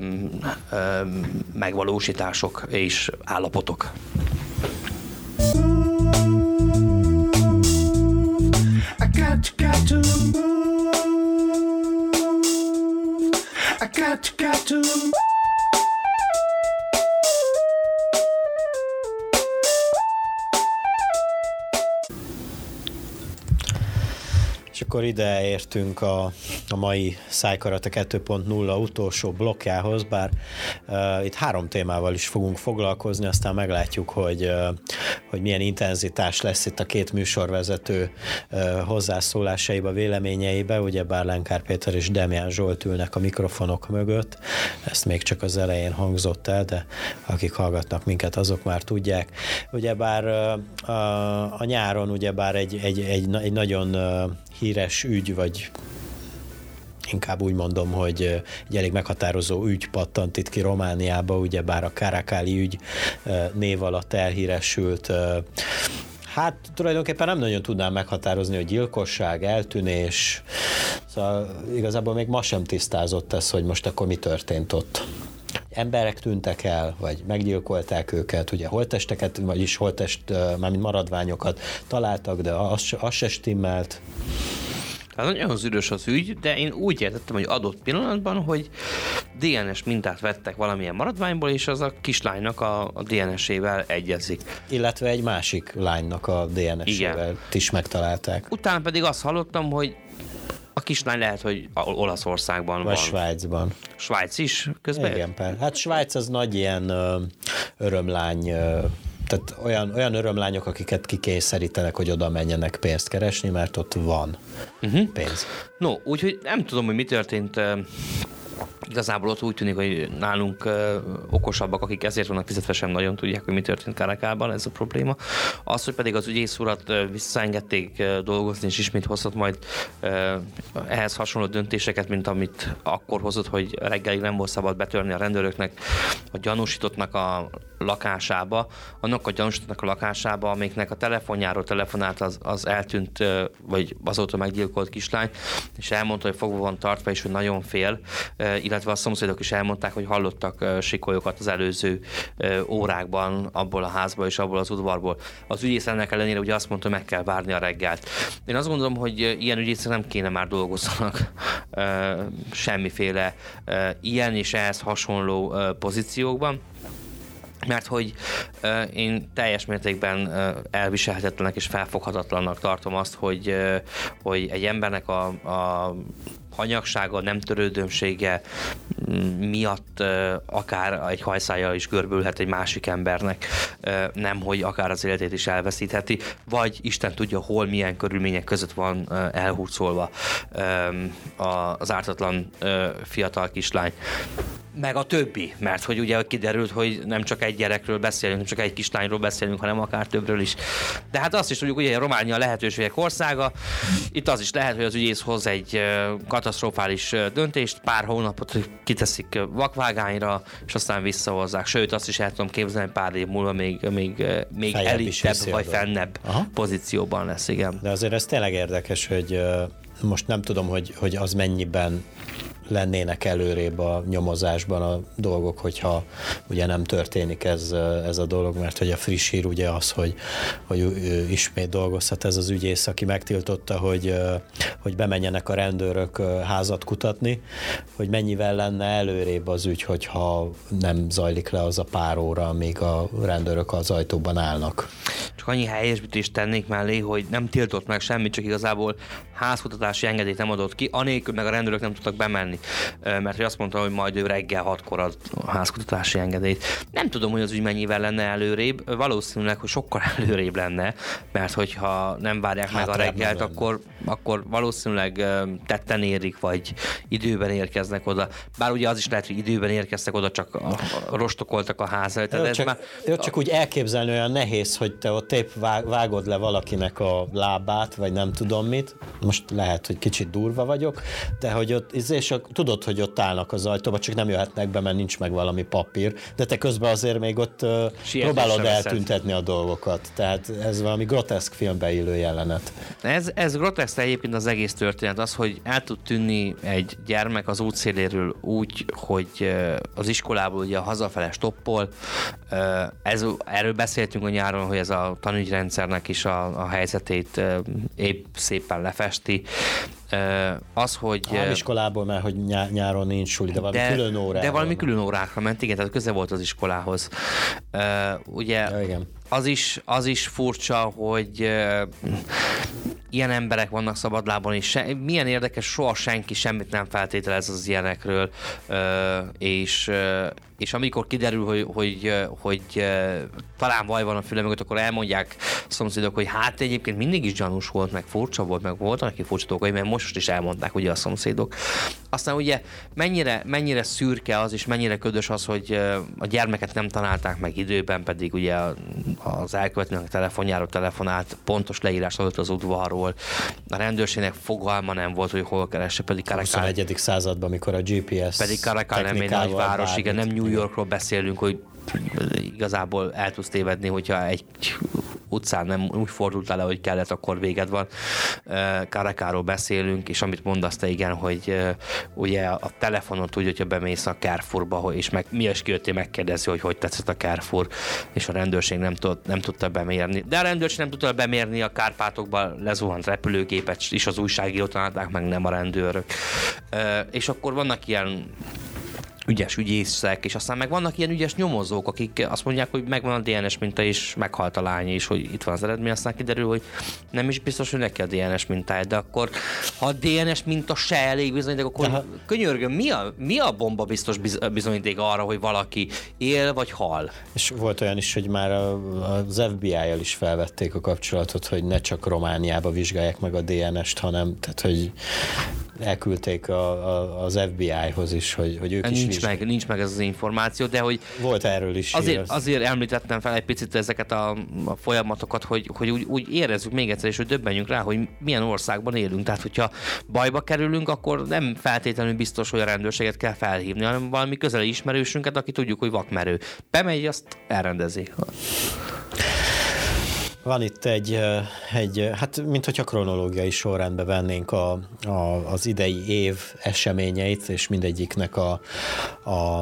megvalósítások és állapotok. I got to, got to move. I got to, got to És akkor ide értünk a, a mai Szájkarate kettő pont nulla utolsó blokkjához, bár uh, itt három témával is fogunk foglalkozni, aztán meglátjuk, hogy, uh, hogy milyen intenzitás lesz itt a két műsorvezető hozzászólásaiba, véleményeibe, ugye bár Lenkár Péter és Demján Zsolt ülnek a mikrofonok mögött, ezt még csak az elején hangzott el, de akik hallgatnak minket, azok már tudják. Ugyebár a, a nyáron ugyebár egy, egy, egy, egy nagyon híres ügy, vagy inkább úgy mondom, hogy egy elég meghatározó ügy pattant itt ki Romániába, ugyebár a Karakáli ügy név alatt elhíresült. Hát tulajdonképpen nem nagyon tudnám meghatározni, hogy gyilkosság, eltűnés, szóval igazából még ma sem tisztázott ez, hogy most akkor mi történt ott. Emberek tűntek el, vagy meggyilkolták őket, ugye holttesteket, vagyis holttest, mármint maradványokat találtak, de az, az se stimmelt. Tehát nagyon zűrös az ügy, de én úgy értettem, hogy adott pillanatban, hogy dé en es mintát vettek valamilyen maradványból, és az a kislánynak a, a dé en esével egyezik. Illetve egy másik lánynak a dé en esével is megtalálták. Utána pedig azt hallottam, hogy a kislány lehet, hogy Olaszországban vagy van. Vagy Svájcban. Svájc is közben? Igen, pár. Hát Svájc az nagy ilyen ö, örömlány, ö, tehát olyan, olyan örömlányok, akiket kikényszerítenek, hogy oda menjenek pénzt keresni, mert ott van uh-huh. pénz. No, úgyhogy nem tudom, hogy mi történt. Igazából ott úgy tűnik, hogy nálunk ö, okosabbak, akik ezért vannak fizetve, sem nagyon tudják, hogy mi történt Karakában, ez a probléma. Az, hogy pedig az ügyész urat ö, visszaengedték ö, dolgozni, és ismét hozott majd ö, ehhez hasonló döntéseket, mint amit akkor hozott, hogy reggelig nem volt szabad betörni a rendőröknek a gyanúsítottnak a lakásába, annak a gyanúsítottnak a lakásába, amiknek a telefonjáról telefonált az, az eltűnt, ö, vagy azóta meggyilkolt kislány, és elmondta, hogy fogva van tartva, és hogy nagyon fél, ö, illetve a szomszédok is elmondták, hogy hallottak uh, sikolyokat az előző uh, órákban abból a házból és abból az udvarból. Az ügyész ennek ellenére ugye azt mondta, hogy meg kell várni a reggelt. Én azt gondolom, hogy uh, ilyen ügyészek nem kéne már dolgozzanak uh, semmiféle uh, ilyen és ehhez hasonló uh, pozíciókban. Mert hogy uh, én teljes mértékben uh, elviselhetetlenek és felfoghatatlannak tartom azt, hogy, uh, hogy egy embernek a, a hanyagsága, nem törődömsége miatt uh, akár egy hajszájjal is görbülhet egy másik embernek, uh, nem hogy akár az életét is elveszítheti, vagy Isten tudja, hol milyen körülmények között van uh, elhurcolva um, az ártatlan uh, fiatal kislány. Meg a többi, mert hogy ugye kiderült, hogy nem csak egy gyerekről beszélünk, nem csak egy kislányról beszélünk, hanem akár többről is. De hát azt is tudjuk, hogy Románia a lehetőségek országa, itt az is lehet, hogy az ügyész hoz egy katasztrofális döntést, pár hónapot kiteszik vakvágányra, és aztán visszahozzák. Sőt, azt is el tudom képzelni, pár év múlva még, még, még elitebb vagy fennebb Aha. pozícióban lesz, igen. De azért ez tényleg érdekes, hogy most nem tudom, hogy, hogy az mennyiben lennének előrébb a nyomozásban a dolgok, hogyha ugye nem történik ez, ez a dolog, mert hogy a friss hír ugye az, hogy, hogy ismét dolgozhat ez az ügyész, aki megtiltotta, hogy, hogy bemenjenek a rendőrök házat kutatni, hogy mennyivel lenne előrébb az ügy, hogyha nem zajlik le az a pár óra, amíg a rendőrök az ajtóban állnak. Csak annyi helyesbítést tennék mellé, hogy nem tiltott meg semmit, csak igazából házkutatási engedélyt nem adott ki, anélkül meg a rendőrök nem tudtak bemenni, mert hogy azt mondta, hogy majd ő reggel hatkor ad a házkutatási engedélyt. Nem tudom, hogy az ügy mennyivel lenne előrébb, valószínűleg, hogy sokkal előrébb lenne, mert hogyha nem várják hát meg a reggelt, akkor, akkor valószínűleg tetten érik, vagy időben érkeznek oda. Bár ugye az is lehet, hogy időben érkeztek oda, csak a, a rostokoltak a ház előtt. Jó, csak, már... jó, csak úgy elképzelni olyan nehéz, hogy te ott épp vágod le valakinek a lábát, vagy nem tudom mit. Most lehet, hogy kicsit durva vagyok, de hogy ott, és a, tudod, hogy ott állnak az ajtóba, csak nem jöhetnek be, mert nincs meg valami papír, de te közben azért még ott uh, próbálod eltüntetni a dolgokat. Tehát ez valami groteszk filmbe illő jelenet. Ez, ez groteszk egyébként az egész történet, az, hogy el tud tűnni egy gyermek az útszéléről úgy, hogy az iskolából ugye hazafele stoppol. Ez, erről beszéltünk a nyáron, hogy ez a tanügyrendszernek is a, a helyzetét épp szépen lefesti. Az, hogy... Nem iskolából, mert hogy nyáron nincs suli, de valami de, külön órára. De valami külön órákra ment, igen, tehát közel volt az iskolához. Uh, ugye ja, igen. Az, is, az is furcsa, hogy uh, ilyen emberek vannak szabadlábon, és se, milyen érdekes, soha senki semmit nem feltételez az ilyenekről, uh, és uh, és amikor kiderül, hogy, hogy, hogy, hogy talán baj van a füle mögött, akkor elmondják a szomszédok, hogy hát egyébként mindig is gyanús volt, meg furcsa volt, meg voltak neki furcsa dolgai, mert most is elmondták ugye a szomszédok. Aztán ugye mennyire, mennyire szürke az, és mennyire ködös az, hogy a gyermeket nem találták meg időben, pedig ugye az elkövetőnek a telefonjáról telefonált, pontos leírás adott az udvarról. A rendőrségnek fogalma nem volt, hogy hol keresse, pedig Karakál... huszonegyedik században, amikor a gé pé es Pedig Karakál nem egy nagy város, igen, nem New Yorkról beszélünk, hogy igazából el tudsz tévedni, hogyha egy utcán nem úgy fordultál le, hogy kellett, akkor véged van. Karakáról beszélünk, és amit mondasz te, igen, hogy ugye a telefonon tudja, hogyha bemész a Carrefourba, és meg, mi is kijöttél megkérdezi, hogy hogy tetszett a Carrefour, és a rendőrség nem, tud, nem tudta bemérni. De a rendőrség nem tudta bemérni a Kárpátokban lezuhant repülőgépet, és az újságírót találták meg, nem a rendőrök. És akkor vannak ilyen ügyes ügyészek, és aztán meg vannak ilyen ügyes nyomozók, akik azt mondják, hogy megvan a dé en es minta, és meghalt a lány, és hogy itt van az eredmény, aztán kiderül, hogy nem is biztos, hogy neki a dé en es mintája, de akkor ha a dé en es minta se elég bizonyíték, akkor Aha. könyörgöm, mi a, mi a bomba biztos bizonyíték arra, hogy valaki él vagy hal? És volt olyan is, hogy már az ef bé i-jal is felvették a kapcsolatot, hogy ne csak Romániába vizsgálják meg a dé en es-t, hanem tehát, hogy elküldték a, a, az ef bé i-hoz is, hogy, hogy ők nincs is nincs meg, nincs meg ez az információ, de hogy volt erről is. Azért, azért említettem fel egy picit ezeket a, a folyamatokat, hogy, hogy úgy, úgy érezzük még egyszer, és hogy döbbenjünk rá, hogy milyen országban élünk. Tehát, hogyha bajba kerülünk, akkor nem feltétlenül biztos, hogy a rendőrséget kell felhívni, hanem valami közeli ismerősünket, aki tudjuk, hogy vakmerő. Bemegy, azt elrendezi. Van itt egy, egy hát minthogyha kronológiai sorrendben vennénk a, a, az idei év eseményeit, és mindegyiknek a, a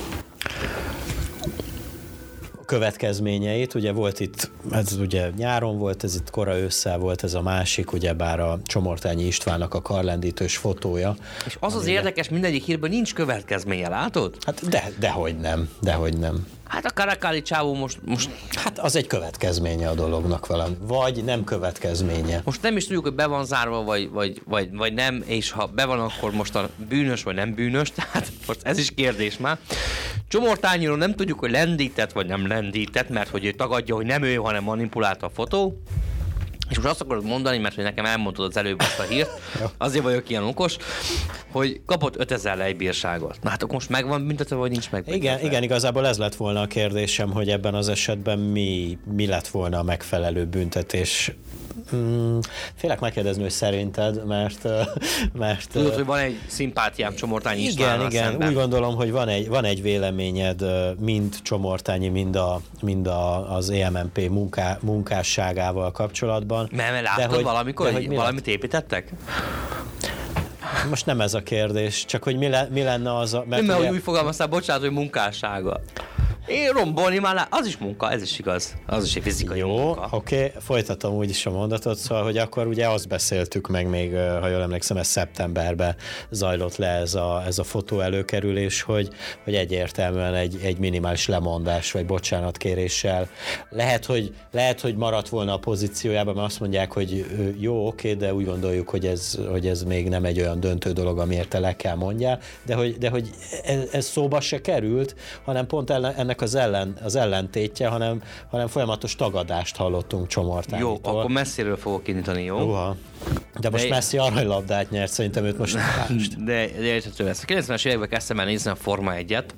következményeit. Ugye volt itt, ez ugye nyáron volt, ez itt kora ősszel volt, ez a másik, ugyebár a Csomortányi Istvánnak a karlendítős fotója. És az az érdekes, mindegyik hírben nincs következménye, látod? Hát de, dehogy nem, dehogy nem. Hát a karakáli csávó most, most... Hát az egy következménye a dolognak valami. Vagy nem következménye. Most nem is tudjuk, hogy be van zárva, vagy, vagy, vagy, vagy nem, és ha be van, akkor most a bűnös, vagy nem bűnös, tehát most ez is kérdés már. Csomortányiról nem tudjuk, hogy lendített, vagy nem lendített, mert hogy ő tagadja, hogy nem ő, hanem manipulálta a fotó. És most azt akarod mondani, mert hogy nekem elmondtad az előbb azt a hírt, azért vagyok ilyen okos, hogy kapott ötezer lejbírságot. Na hát akkor most megvan büntetve, vagy nincs meg? Igen, igen, igazából ez lett volna a kérdésem, hogy ebben az esetben mi, mi lett volna a megfelelő büntetés. Hmm, félek megkérdezni, hogy szerinted, mert... mert Tudod, hogy van egy szimpátiám Csomortányi Istvánnal Igen, igen, szemben. Úgy gondolom, hogy van egy, van egy véleményed mind Csomortányi, mind, a, mind a, az é em en pé munká, munkásságával kapcsolatban. Mert, mert láttad hogy, valamikor, hogy, hogy valamit lett? Építettek? Most nem ez a kérdés, csak hogy mi, le, mi lenne az a... Mert, mert ugye... hogy úgy fogalmaztál, bocsánat, hogy munkássága. Én rombolni már, az is munka, ez is igaz. Az is egy fizikai Jó, munka. Jó, oké, okay. Folytatom úgyis a mondatot, szóval, hogy akkor ugye azt beszéltük meg még, ha jól emlékszem, ez szeptemberben zajlott le ez a, ez a fotó előkerülés, hogy, hogy egyértelműen egy, egy minimális lemondás vagy bocsánatkéréssel. Lehet, hogy, lehet, hogy maradt volna a pozíciójában, mert azt mondják, hogy jó, oké, okay, de úgy gondoljuk, hogy ez, hogy ez még nem egy olyan döntő dolog, amiért te le kell mondjál, de hogy, de hogy ez, ez szóba se került, hanem pont ennek az, ellen, az ellentétje, hanem, hanem folyamatos tagadást hallottunk Csomortányitól. Jó, akkor messziről fogok indítani, jó? Uha. De most de... Messi aranylabdát nyert, szerintem őt most mást. De, de érthető lesz. A kilencvenes években kezdtem el nézni a Forma egyet.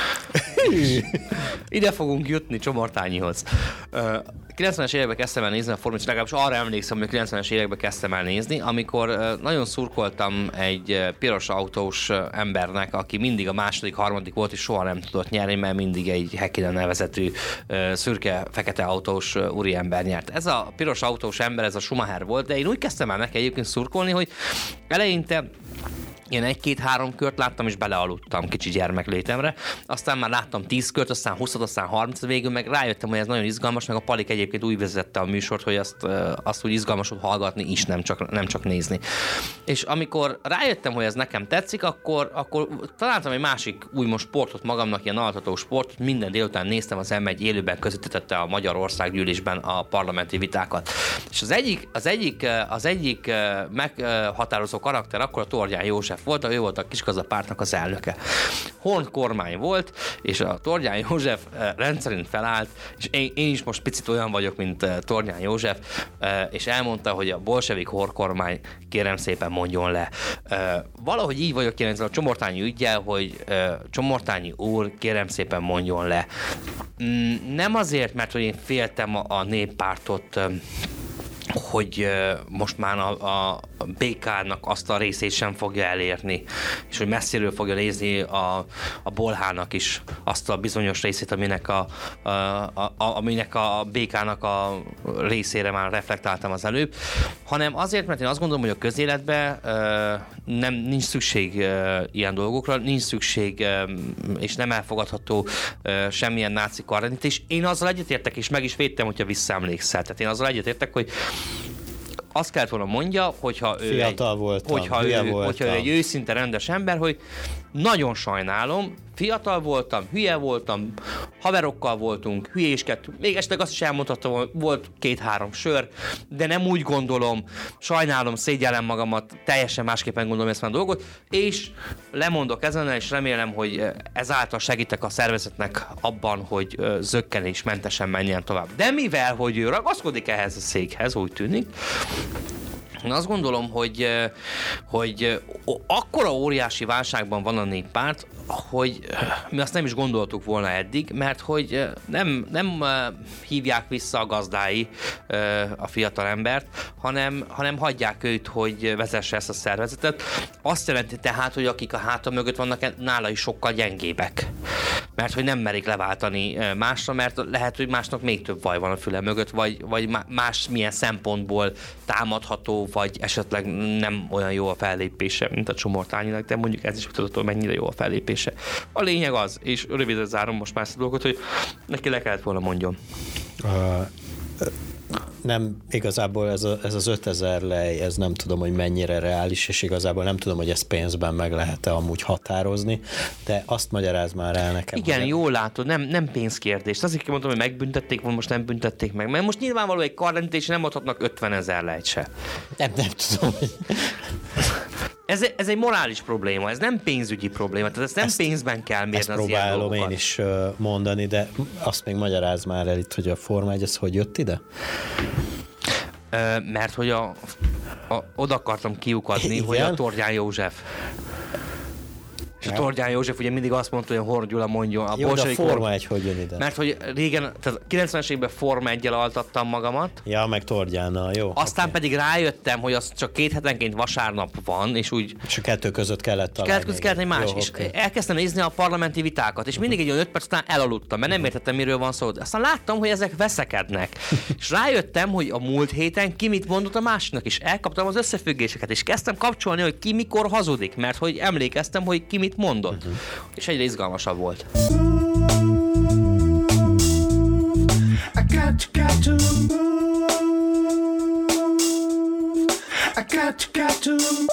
Ide fogunk jutni Csomortányihoz. kilencvenes években kezdtem el nézni a Forma egyet, legalábbis arra emlékszem, hogy a kilencvenes években kezdtem el nézni, amikor nagyon szurkoltam egy piros autós embernek, aki mindig a második, harmadik volt, és soha nem tudott nyerni, mert mindig egy Häkkinen nevezetű szürke-fekete autós úriember nyert. Ez a piros autós ember, ez a Schumacher volt, de én úgy kezdtem el neki egyébként szurkolni, hogy eleinte én egy-két-három kört láttam, és belealudtam kicsi gyermeklétemre. Aztán már láttam tíz kört, aztán húszat, aztán harmincat, végül meg rájöttem, hogy ez nagyon izgalmas, meg a Palik egyébként úgy vezette a műsort, hogy azt, azt úgy izgalmas volt hallgatni is, nem csak, nem csak nézni. És amikor rájöttem, hogy ez nekem tetszik, akkor, akkor találtam egy másik úgymond sportot magamnak, ilyen altató sportot, minden délután néztem, az em egy élőben közvetítette a Magyarországgyűlésben a parlamenti vitákat. És az egyik, az egyik, az egyik meghatározó karakter akkor a Tordján József József volt, ő volt a Kisgazdapártnak az elnöke. Horn kormány volt, és a Torgyán József rendszerint felállt, és én, én is most picit olyan vagyok, mint Torgyán József, és elmondta, hogy a bolsevik Horn kormány kérem szépen mondjon le. Valahogy így vagyok én ezzel a Csomortányi üggyel, hogy Csomortányi úr kérem szépen mondjon le. Nem azért, mert hogy én féltem a, a néppártot, hogy most már a, a bé ká-nak azt a részét sem fogja elérni, és hogy messziről fogja nézni a, a Bolhának is azt a bizonyos részét, aminek a, a, a, aminek a bé ká-nak a részére már reflektáltam az előbb, hanem azért, mert én azt gondolom, hogy a közéletben nem, nincs szükség ilyen dolgokra, nincs szükség, és nem elfogadható semmilyen náci karrendítés. Én azzal egyetértek, és meg is védtem, hogyha visszaemlékszel. Tehát én azzal egyetértek, hogy azt kellett volna mondja, hogyha ő, Fiatal egy, voltam, hogyha, ő, voltam. hogyha ő egy őszinte rendes ember, hogy nagyon sajnálom, fiatal voltam, hülye voltam, haverokkal voltunk, hülyéskedtünk, még esetleg azt is elmondhatom, hogy volt két-három sör, de nem úgy gondolom, sajnálom, szégyellem magamat, teljesen másképpen gondolom ezt a dolgot, és lemondok ezen, és remélem, hogy ezáltal segítek a szervezetnek abban, hogy zökkenésmentesen menjen tovább. De mivel, hogy ő ragaszkodik ehhez a székhez, úgy tűnik, én azt gondolom, hogy, hogy akkora óriási válságban van a néppárt, hogy mi azt nem is gondoltuk volna eddig, mert hogy nem, nem hívják vissza a gazdái a fiatal embert, hanem, hanem hagyják őt, hogy vezesse ezt a szervezetet. Azt jelenti tehát, hogy akik a háta mögött vannak, nála is sokkal gyengébbek. Mert hogy nem merik leváltani másra, mert lehet, hogy másnak még több vaj van a füle mögött, vagy, vagy más milyen szempontból támadható, vagy esetleg nem olyan jó a fellépése, mint a Csomortányinak, de mondjuk ez is mutatható, mennyire jó a fellépése. A lényeg az, és röviden zárom most már ezt a dolgot, hogy neki le kellett volna mondjon. Uh, nem, igazából ez, a, ez az ötezer lej, ez nem tudom, hogy mennyire reális, és igazából nem tudom, hogy ezt pénzben meg lehet-e amúgy határozni, de azt magyaráz már el nekem. Igen, hogy... jól látod, nem, nem pénzkérdés. Azért mondtam, hogy megbüntették, vagy most nem büntették meg. Mert most nyilvánvaló egy karrendítés nem adhatnak ötvenezer lejt se. Nem, nem tudom, hogy... Ez, ez egy morális probléma, ez nem pénzügyi probléma, tehát ezt nem ezt, pénzben kell mérni az ilyen dolgokat. Próbálom én is mondani, de azt még magyaráz már el itt, hogy a Forma egy, ez hogy jött ide? Ö, mert hogy a, a, oda akartam kiukadni, igen? Hogy a Torgyán József. És a Torgyán József ugye mindig azt mondta, hogy a Horn Gyula mondjon. A jó, de a Forma egy hogy jön ide? Mert hogy régen, tehát kilencvenes években Forma egyel altattam magamat. Ja, meg Torgyánnal, jó. Aztán okay. pedig rájöttem, hogy az csak két hetenként vasárnap van, és úgy... És a kettő között kellett találni. Kellett, kellett egy más, jó, és okay. elkezdtem nézni a parlamenti vitákat, és mindig egy olyan öt perc után elaludtam, mert nem értettem, miről van szó. Aztán láttam, hogy ezek veszekednek. És rájöttem, hogy a múlt héten ki mit mondott a másiknak, és elkaptam az összefüggéseket, és kezdtem kapcsolni, hogy ki mikor hazudik, mert hogy emlékeztem, hogy ki mit mondott. Uh-huh. És egyre izgalmasabb volt. I got, got to move. I got, got to move.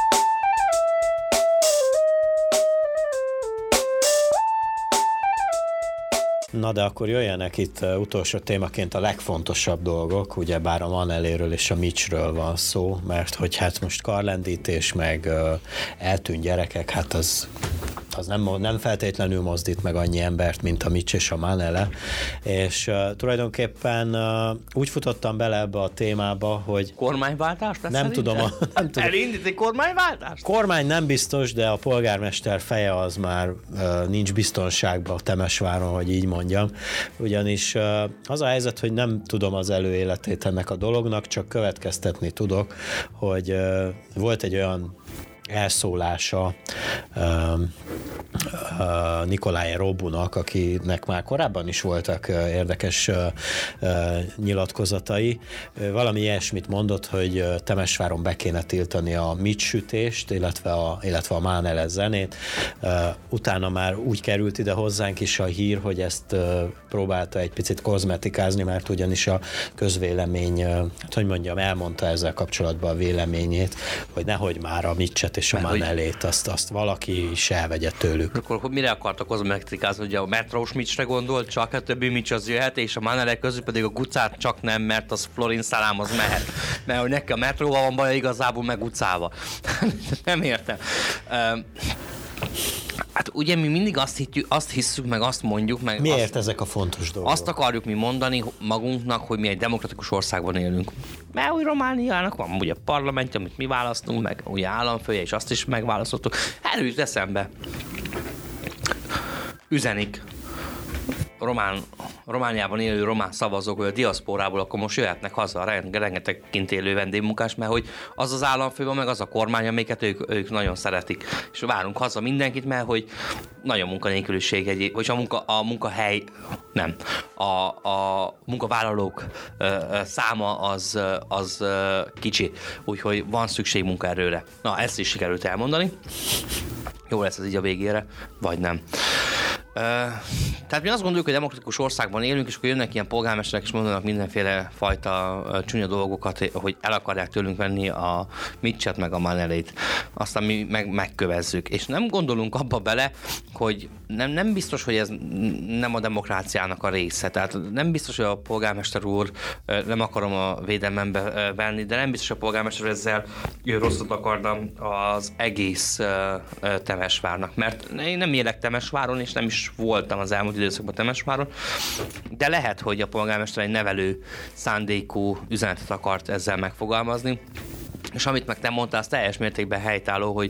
Na de akkor jöjjenek itt uh, utolsó témaként a legfontosabb dolgok, ugyebár a Maneléről és a Mitchről van szó, mert hogy hát most karlendítés, meg uh, eltűnt gyerekek, hát az, az nem, nem feltétlenül mozdít meg annyi embert, mint a Mitch és a Manele, és uh, tulajdonképpen uh, úgy futottam bele ebbe a témába, hogy kormányváltást? Nem tudom, a, nem tudom. Elindít egy kormányváltást? Kormány nem biztos, de a polgármester feje az már uh, nincs biztonságban Temesváron, hogy így mondjam. Ugyanis uh, az a helyzet, hogy nem tudom az előéletét ennek a dolognak, csak következtetni tudok, hogy uh, volt egy olyan elszólása uh, uh, Nikolaj Robunak, akinek már korábban is voltak uh, érdekes uh, uh, nyilatkozatai. Uh, valami ilyesmit mondott, hogy uh, Temesváron be kéne tiltani a mittsütést, illetve a, illetve a Manele zenét. Uh, utána már úgy került ide hozzánk is a hír, hogy ezt uh, próbálta egy picit kozmetikázni, mert ugyanis a közvélemény, uh, hát hogy mondjam, elmondta ezzel kapcsolatban a véleményét, hogy nehogy már a mittset Michelt és a Manelét, azt, azt valaki is elvegye tőlük. Akkor mire akartak kozmetikázni, hogy a metrós Micsre gondolt, csak a többi Mics az jöhet, és a Manele közül pedig a Gucát csak nem, mert az Florin szalám az mehet. Mert hogy neki a metróval van baj, igazából meg utcával. Nem értem. Hát ugye mi mindig azt, hittjük, azt hisszük, meg azt mondjuk, meg miért azt, ezek a fontos dolgok? Azt akarjuk mi mondani magunknak, hogy mi egy demokratikus országban élünk. Mert úgy Romániának van ugye parlamentje, amit mi választunk, meg ugye államfője, és azt is megválasztottuk. Előtt eszembe. Üzenik. Román, Romániában élő román szavazók, vagy a diaszporából, akkor most jöhetnek haza rengeteg kint élő vendégmunkás, mert hogy az az államfő van, meg az a kormány, amiket ők, ők nagyon szeretik. És várunk haza mindenkit, mert hogy nagyon munkanélküliség, egy, vagy a, munka, a munkahely, nem, a, a munkavállalók ö, ö, száma az, az ö, kicsi, úgyhogy van szükség munkaerőre. Na, ezt is sikerült elmondani. Jó lesz ez így a végére, vagy nem. Uh, tehát mi azt gondoljuk, hogy demokratikus országban élünk, és akkor jönnek ilyen polgármesterek, és mondanak mindenféle fajta uh, csúnya dolgokat, hogy el akarják tőlünk venni a Mitchet meg a Manelét. Aztán mi meg, megkövezzük. És nem gondolunk abba bele, hogy nem, nem biztos, hogy ez nem a demokráciának a része. Tehát nem biztos, hogy a polgármester úr, uh, nem akarom a védelmembe uh, venni, de nem biztos, hogy a polgármester úr ezzel rosszat akarna az egész uh, uh, Temesvárnak. Mert én nem élek Temesváron, és nem is voltam az elmúlt időszakban Temesváron, de lehet, hogy a polgármester egy nevelő szándékú üzenetet akart ezzel megfogalmazni, és amit meg te mondtál, az teljes mértékben helytálló, hogy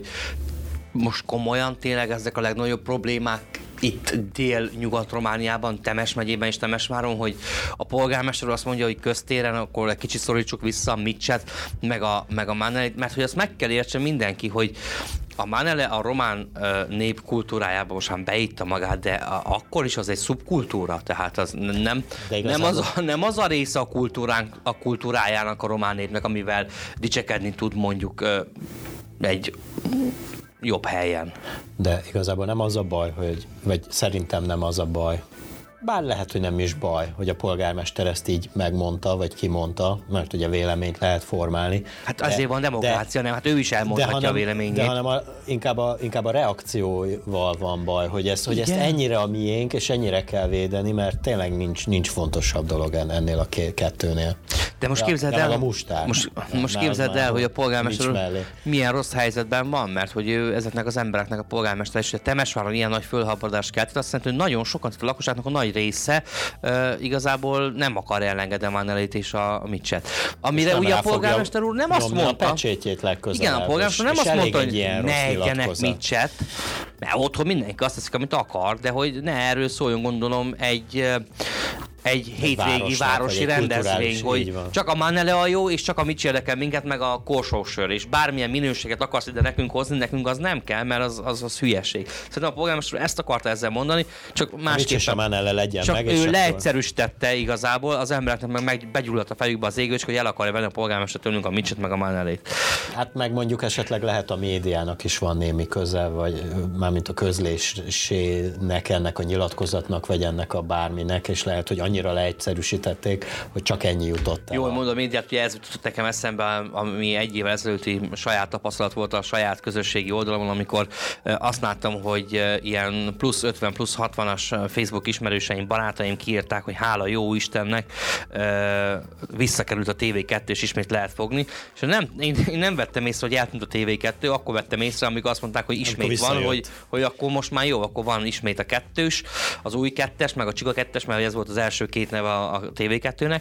most komolyan tényleg ezek a legnagyobb problémák itt dél-nyugat-Romániában, Temes megyében és Temesváron, hogy a polgármester azt mondja, hogy köztéren akkor egy kicsit szorítsuk vissza a Mitchet, meg a, meg a Manelit, mert hogy azt meg kell értsen mindenki, hogy a Manele a román uh, nép kultúrájában most már beitta magát, de a, akkor is az egy szubkultúra, tehát az nem, nem, az, a, nem az a része a, kultúránk, a kultúrájának a román népnek, amivel dicsekedni tud mondjuk uh, egy jobb helyen. De igazából nem az a baj, hogy, vagy szerintem nem az a baj, bár lehet, hogy nem is baj, hogy a polgármester ezt így megmondta, vagy kimondta, mert ugye véleményt lehet formálni. Hát azért de, van demokrácia, de, nem? Hát ő is elmondhatja hanem, a véleményét. De hanem a, inkább, a, inkább a reakcióval van baj, hogy, ez, hogy ezt ennyire a miénk, és ennyire kell védeni, mert tényleg nincs, nincs fontosabb dolog ennél a kettőnél. De most ja, képzeld el, a mustár. most, most képzeld el, hogy a polgármester milyen rossz helyzetben van, mert hogy ő ezeknek az embereknek a polgármester, és a Temesváron ilyen nagy fölhabadást keltett, azt jelenti, hogy nagyon sokan, a lakosságnak a nagy része uh, igazából nem akar elengedni Manelét és a Mitchet. Amire ugye a polgármester úr nem azt mondta. A pecsétjét legközelebb. Igen, a polgármester nem azt mondta, hogy ne egyenek Mitchet, mert otthon mindenki azt teszik, amit akar, de hogy ne erről szóljon, gondolom, egy egy hétvégi városi rendezvény, hogy csak a Manele a jó, és csak a Mitch érdekel minket, meg a korsósör, és bármilyen minőséget akarsz ide nekünk hozni, nekünk az nem kell, mert az, az, az hülyeség. Szerintem a polgármester ezt akarta ezzel mondani, csak másképpen. A Manele legyen csak meg, ő akkor leegyszerűsítette igazából, az embereknek meg, meg begyulladt a fejükbe az égő, hogy el akarja venni a polgármester tőlünk a Mitchet meg a Manelét. Hát meg mondjuk esetleg lehet a médiának is van némi köze, vagy mármint a közlésének, ennek a nyilatkozatnak, vagy ennek a bárminek, és lehet, hogy annyira leegyszerűsítették, hogy csak ennyi jutott el. Jól mondom, médiát, ugye ez jutott nekem eszembe, ami egy évvel ezelőtti saját tapasztalat volt a saját közösségi oldalon, amikor azt láttam, hogy ilyen plusz ötven, plusz hatvanas Facebook ismerőseim, barátaim kiírták, hogy hála jó Istennek visszakerült a té vé kettő, és ismét lehet fogni. És nem, én, én nem vettem észre, hogy eltűnt a té vé kettő, akkor vettem észre, amikor azt mondták, hogy ismét van, hogy, hogy akkor most már jó, akkor van ismét a kettős, az új kettes, meg a csiga kettes, mert ez volt az első két neve a, a té vé kettőnek.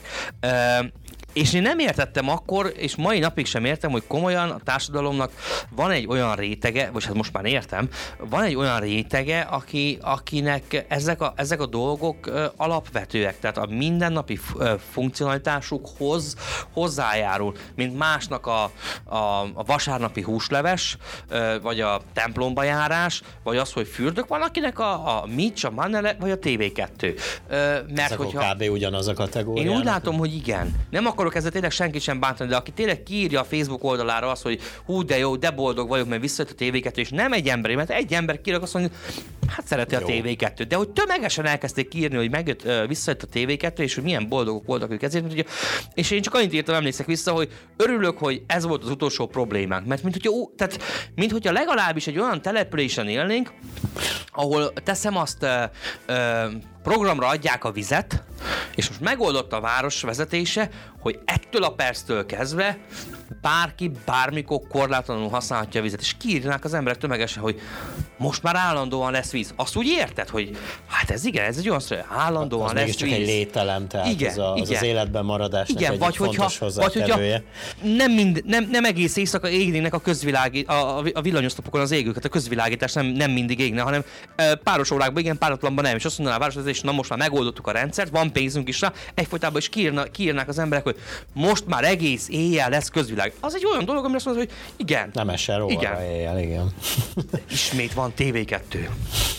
És én nem értettem akkor, és mai napig sem értem, hogy komolyan a társadalomnak van egy olyan rétege, vagy hát most már értem, van egy olyan rétege, aki, akinek ezek a, ezek a dolgok uh, alapvetőek, tehát a mindennapi uh, funkcionalitásukhoz hozzájárul, mint másnak a, a, a vasárnapi húsleves, uh, vagy a templomba járás, vagy az, hogy fürdök, van akinek a, a Mitch, a Manele, vagy a té vé kettő. Uh, mert ezek hogyha, kb. Ugyanaz a kategória. Én úgy látom, hogy igen. Nem akarom akarok ezzel tényleg senki sem bántani, de aki tényleg kiírja a Facebook oldalára azt, hogy hú, de jó, de boldog vagyok, mert visszajött a té vé kettő, és nem egy ember, mert egy ember kiírja azt mondja, hát szereti a té vé kettőt, de hogy tömegesen elkezdték írni, hogy megjött, visszajött a té vé kettő, és hogy milyen boldogok voltak ők ezért, hogy, és én csak annyit írtam, emlékszek vissza, hogy örülök, hogy ez volt az utolsó problémánk, mert mint hogyha, ó, tehát, mint hogyha legalábbis egy olyan településen élnénk, ahol teszem azt ö, ö, programra adják a vizet, és most megoldott a város vezetése, hogy ettől a perctől kezdve bárki bármikor korlátlanul használhatja a vizet, és kiírnák az emberek tömegesen, hogy most már állandóan lesz víz. Azt úgy érted, hogy hát ez igen, ez egy olyan szó, hogy állandóan az lesz víz. csak egy lételem, tehát igen, az, a, az, igen. az életben maradásnak igen, egyik vagy fontos hogyha, vagy hogyha nem, mind, nem, nem egész éjszaka égnének a közvilági, a, a villanyoszlopokon az égőket, a közvilágítás nem, nem mindig égne, hanem páros órákban igen, páratlanban nem. És azt mondaná a városvezetés, na most már megoldottuk a rendszert, van pénzünk is rá, egyfolytában is kiírna, kiírnák az emberek, hogy most már egész éjjel lesz közvilág. Az egy olyan dolog, amire azt mondod, hogy igen. Nem esel róla éjjel, igen. Ismét van té vé kettő.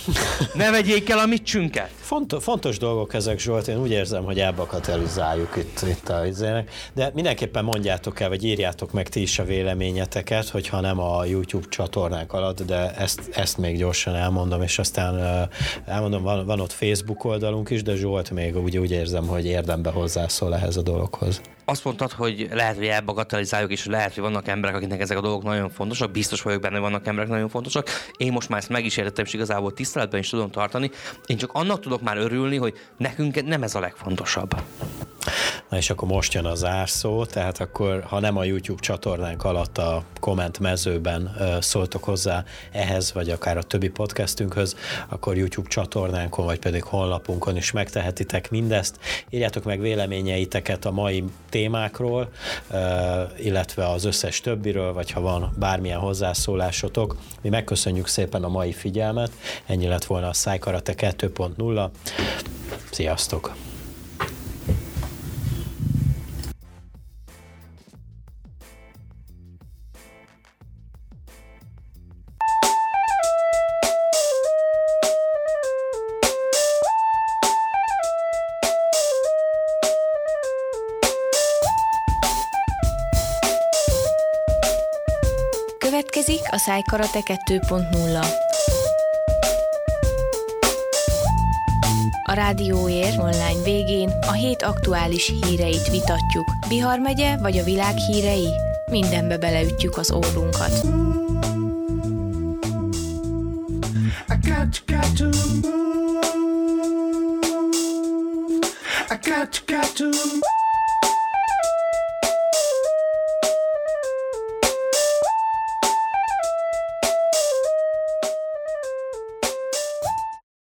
Ne vegyék el a micsünket. Fontos, fontos dolgok ezek, Zsolt, én úgy érzem, hogy elbagatelizáljuk itt, itt a izének, de mindenképpen mondjátok el, vagy írjátok meg ti is a véleményeteket, hogyha nem a YouTube csatornánk alatt, de ezt, ezt még gyorsan elmondom, és aztán elmondom, van, van ott Facebook oldalunk is, de Zsolt még úgy, úgy érzem, hogy érdemben hozzászól ehhez a dologhoz. Azt mondtad, hogy lehet, hogy elbagatelizáljuk, és lehet, hogy vannak emberek, akiknek ezek a dolgok nagyon fontosak. Biztos vagyok benne, vannak emberek nagyon fontosak. Én most már ezt meg is értettem, és igazából tiszteletben is tudom tartani. Én csak annak tudok már örülni, hogy nekünk nem ez a legfontosabb. Na és akkor most jön a zárszó, tehát akkor, ha nem a YouTube csatornánk alatt a komment mezőben szóltok hozzá ehhez, vagy akár a többi podcastünkhöz, akkor YouTube csatornánkon, vagy pedig honlapunkon is megtehetitek mindezt. Írjátok meg véleményeiteket a mai témákról, illetve az összes többiről, vagy ha van bármilyen hozzászólásotok. Mi megköszönjük szépen a mai figyelmet. Ennyi lett volna a Szájkarate kettő pont nulla. Sziasztok! Következik a Szájkarate kettő pont nulla. A Rádióér online végén a hét aktuális híreit vitatjuk. Bihar megye vagy a világ hírei? Mindenbe beleütjük az órunkat. I got, got to move. I got, got to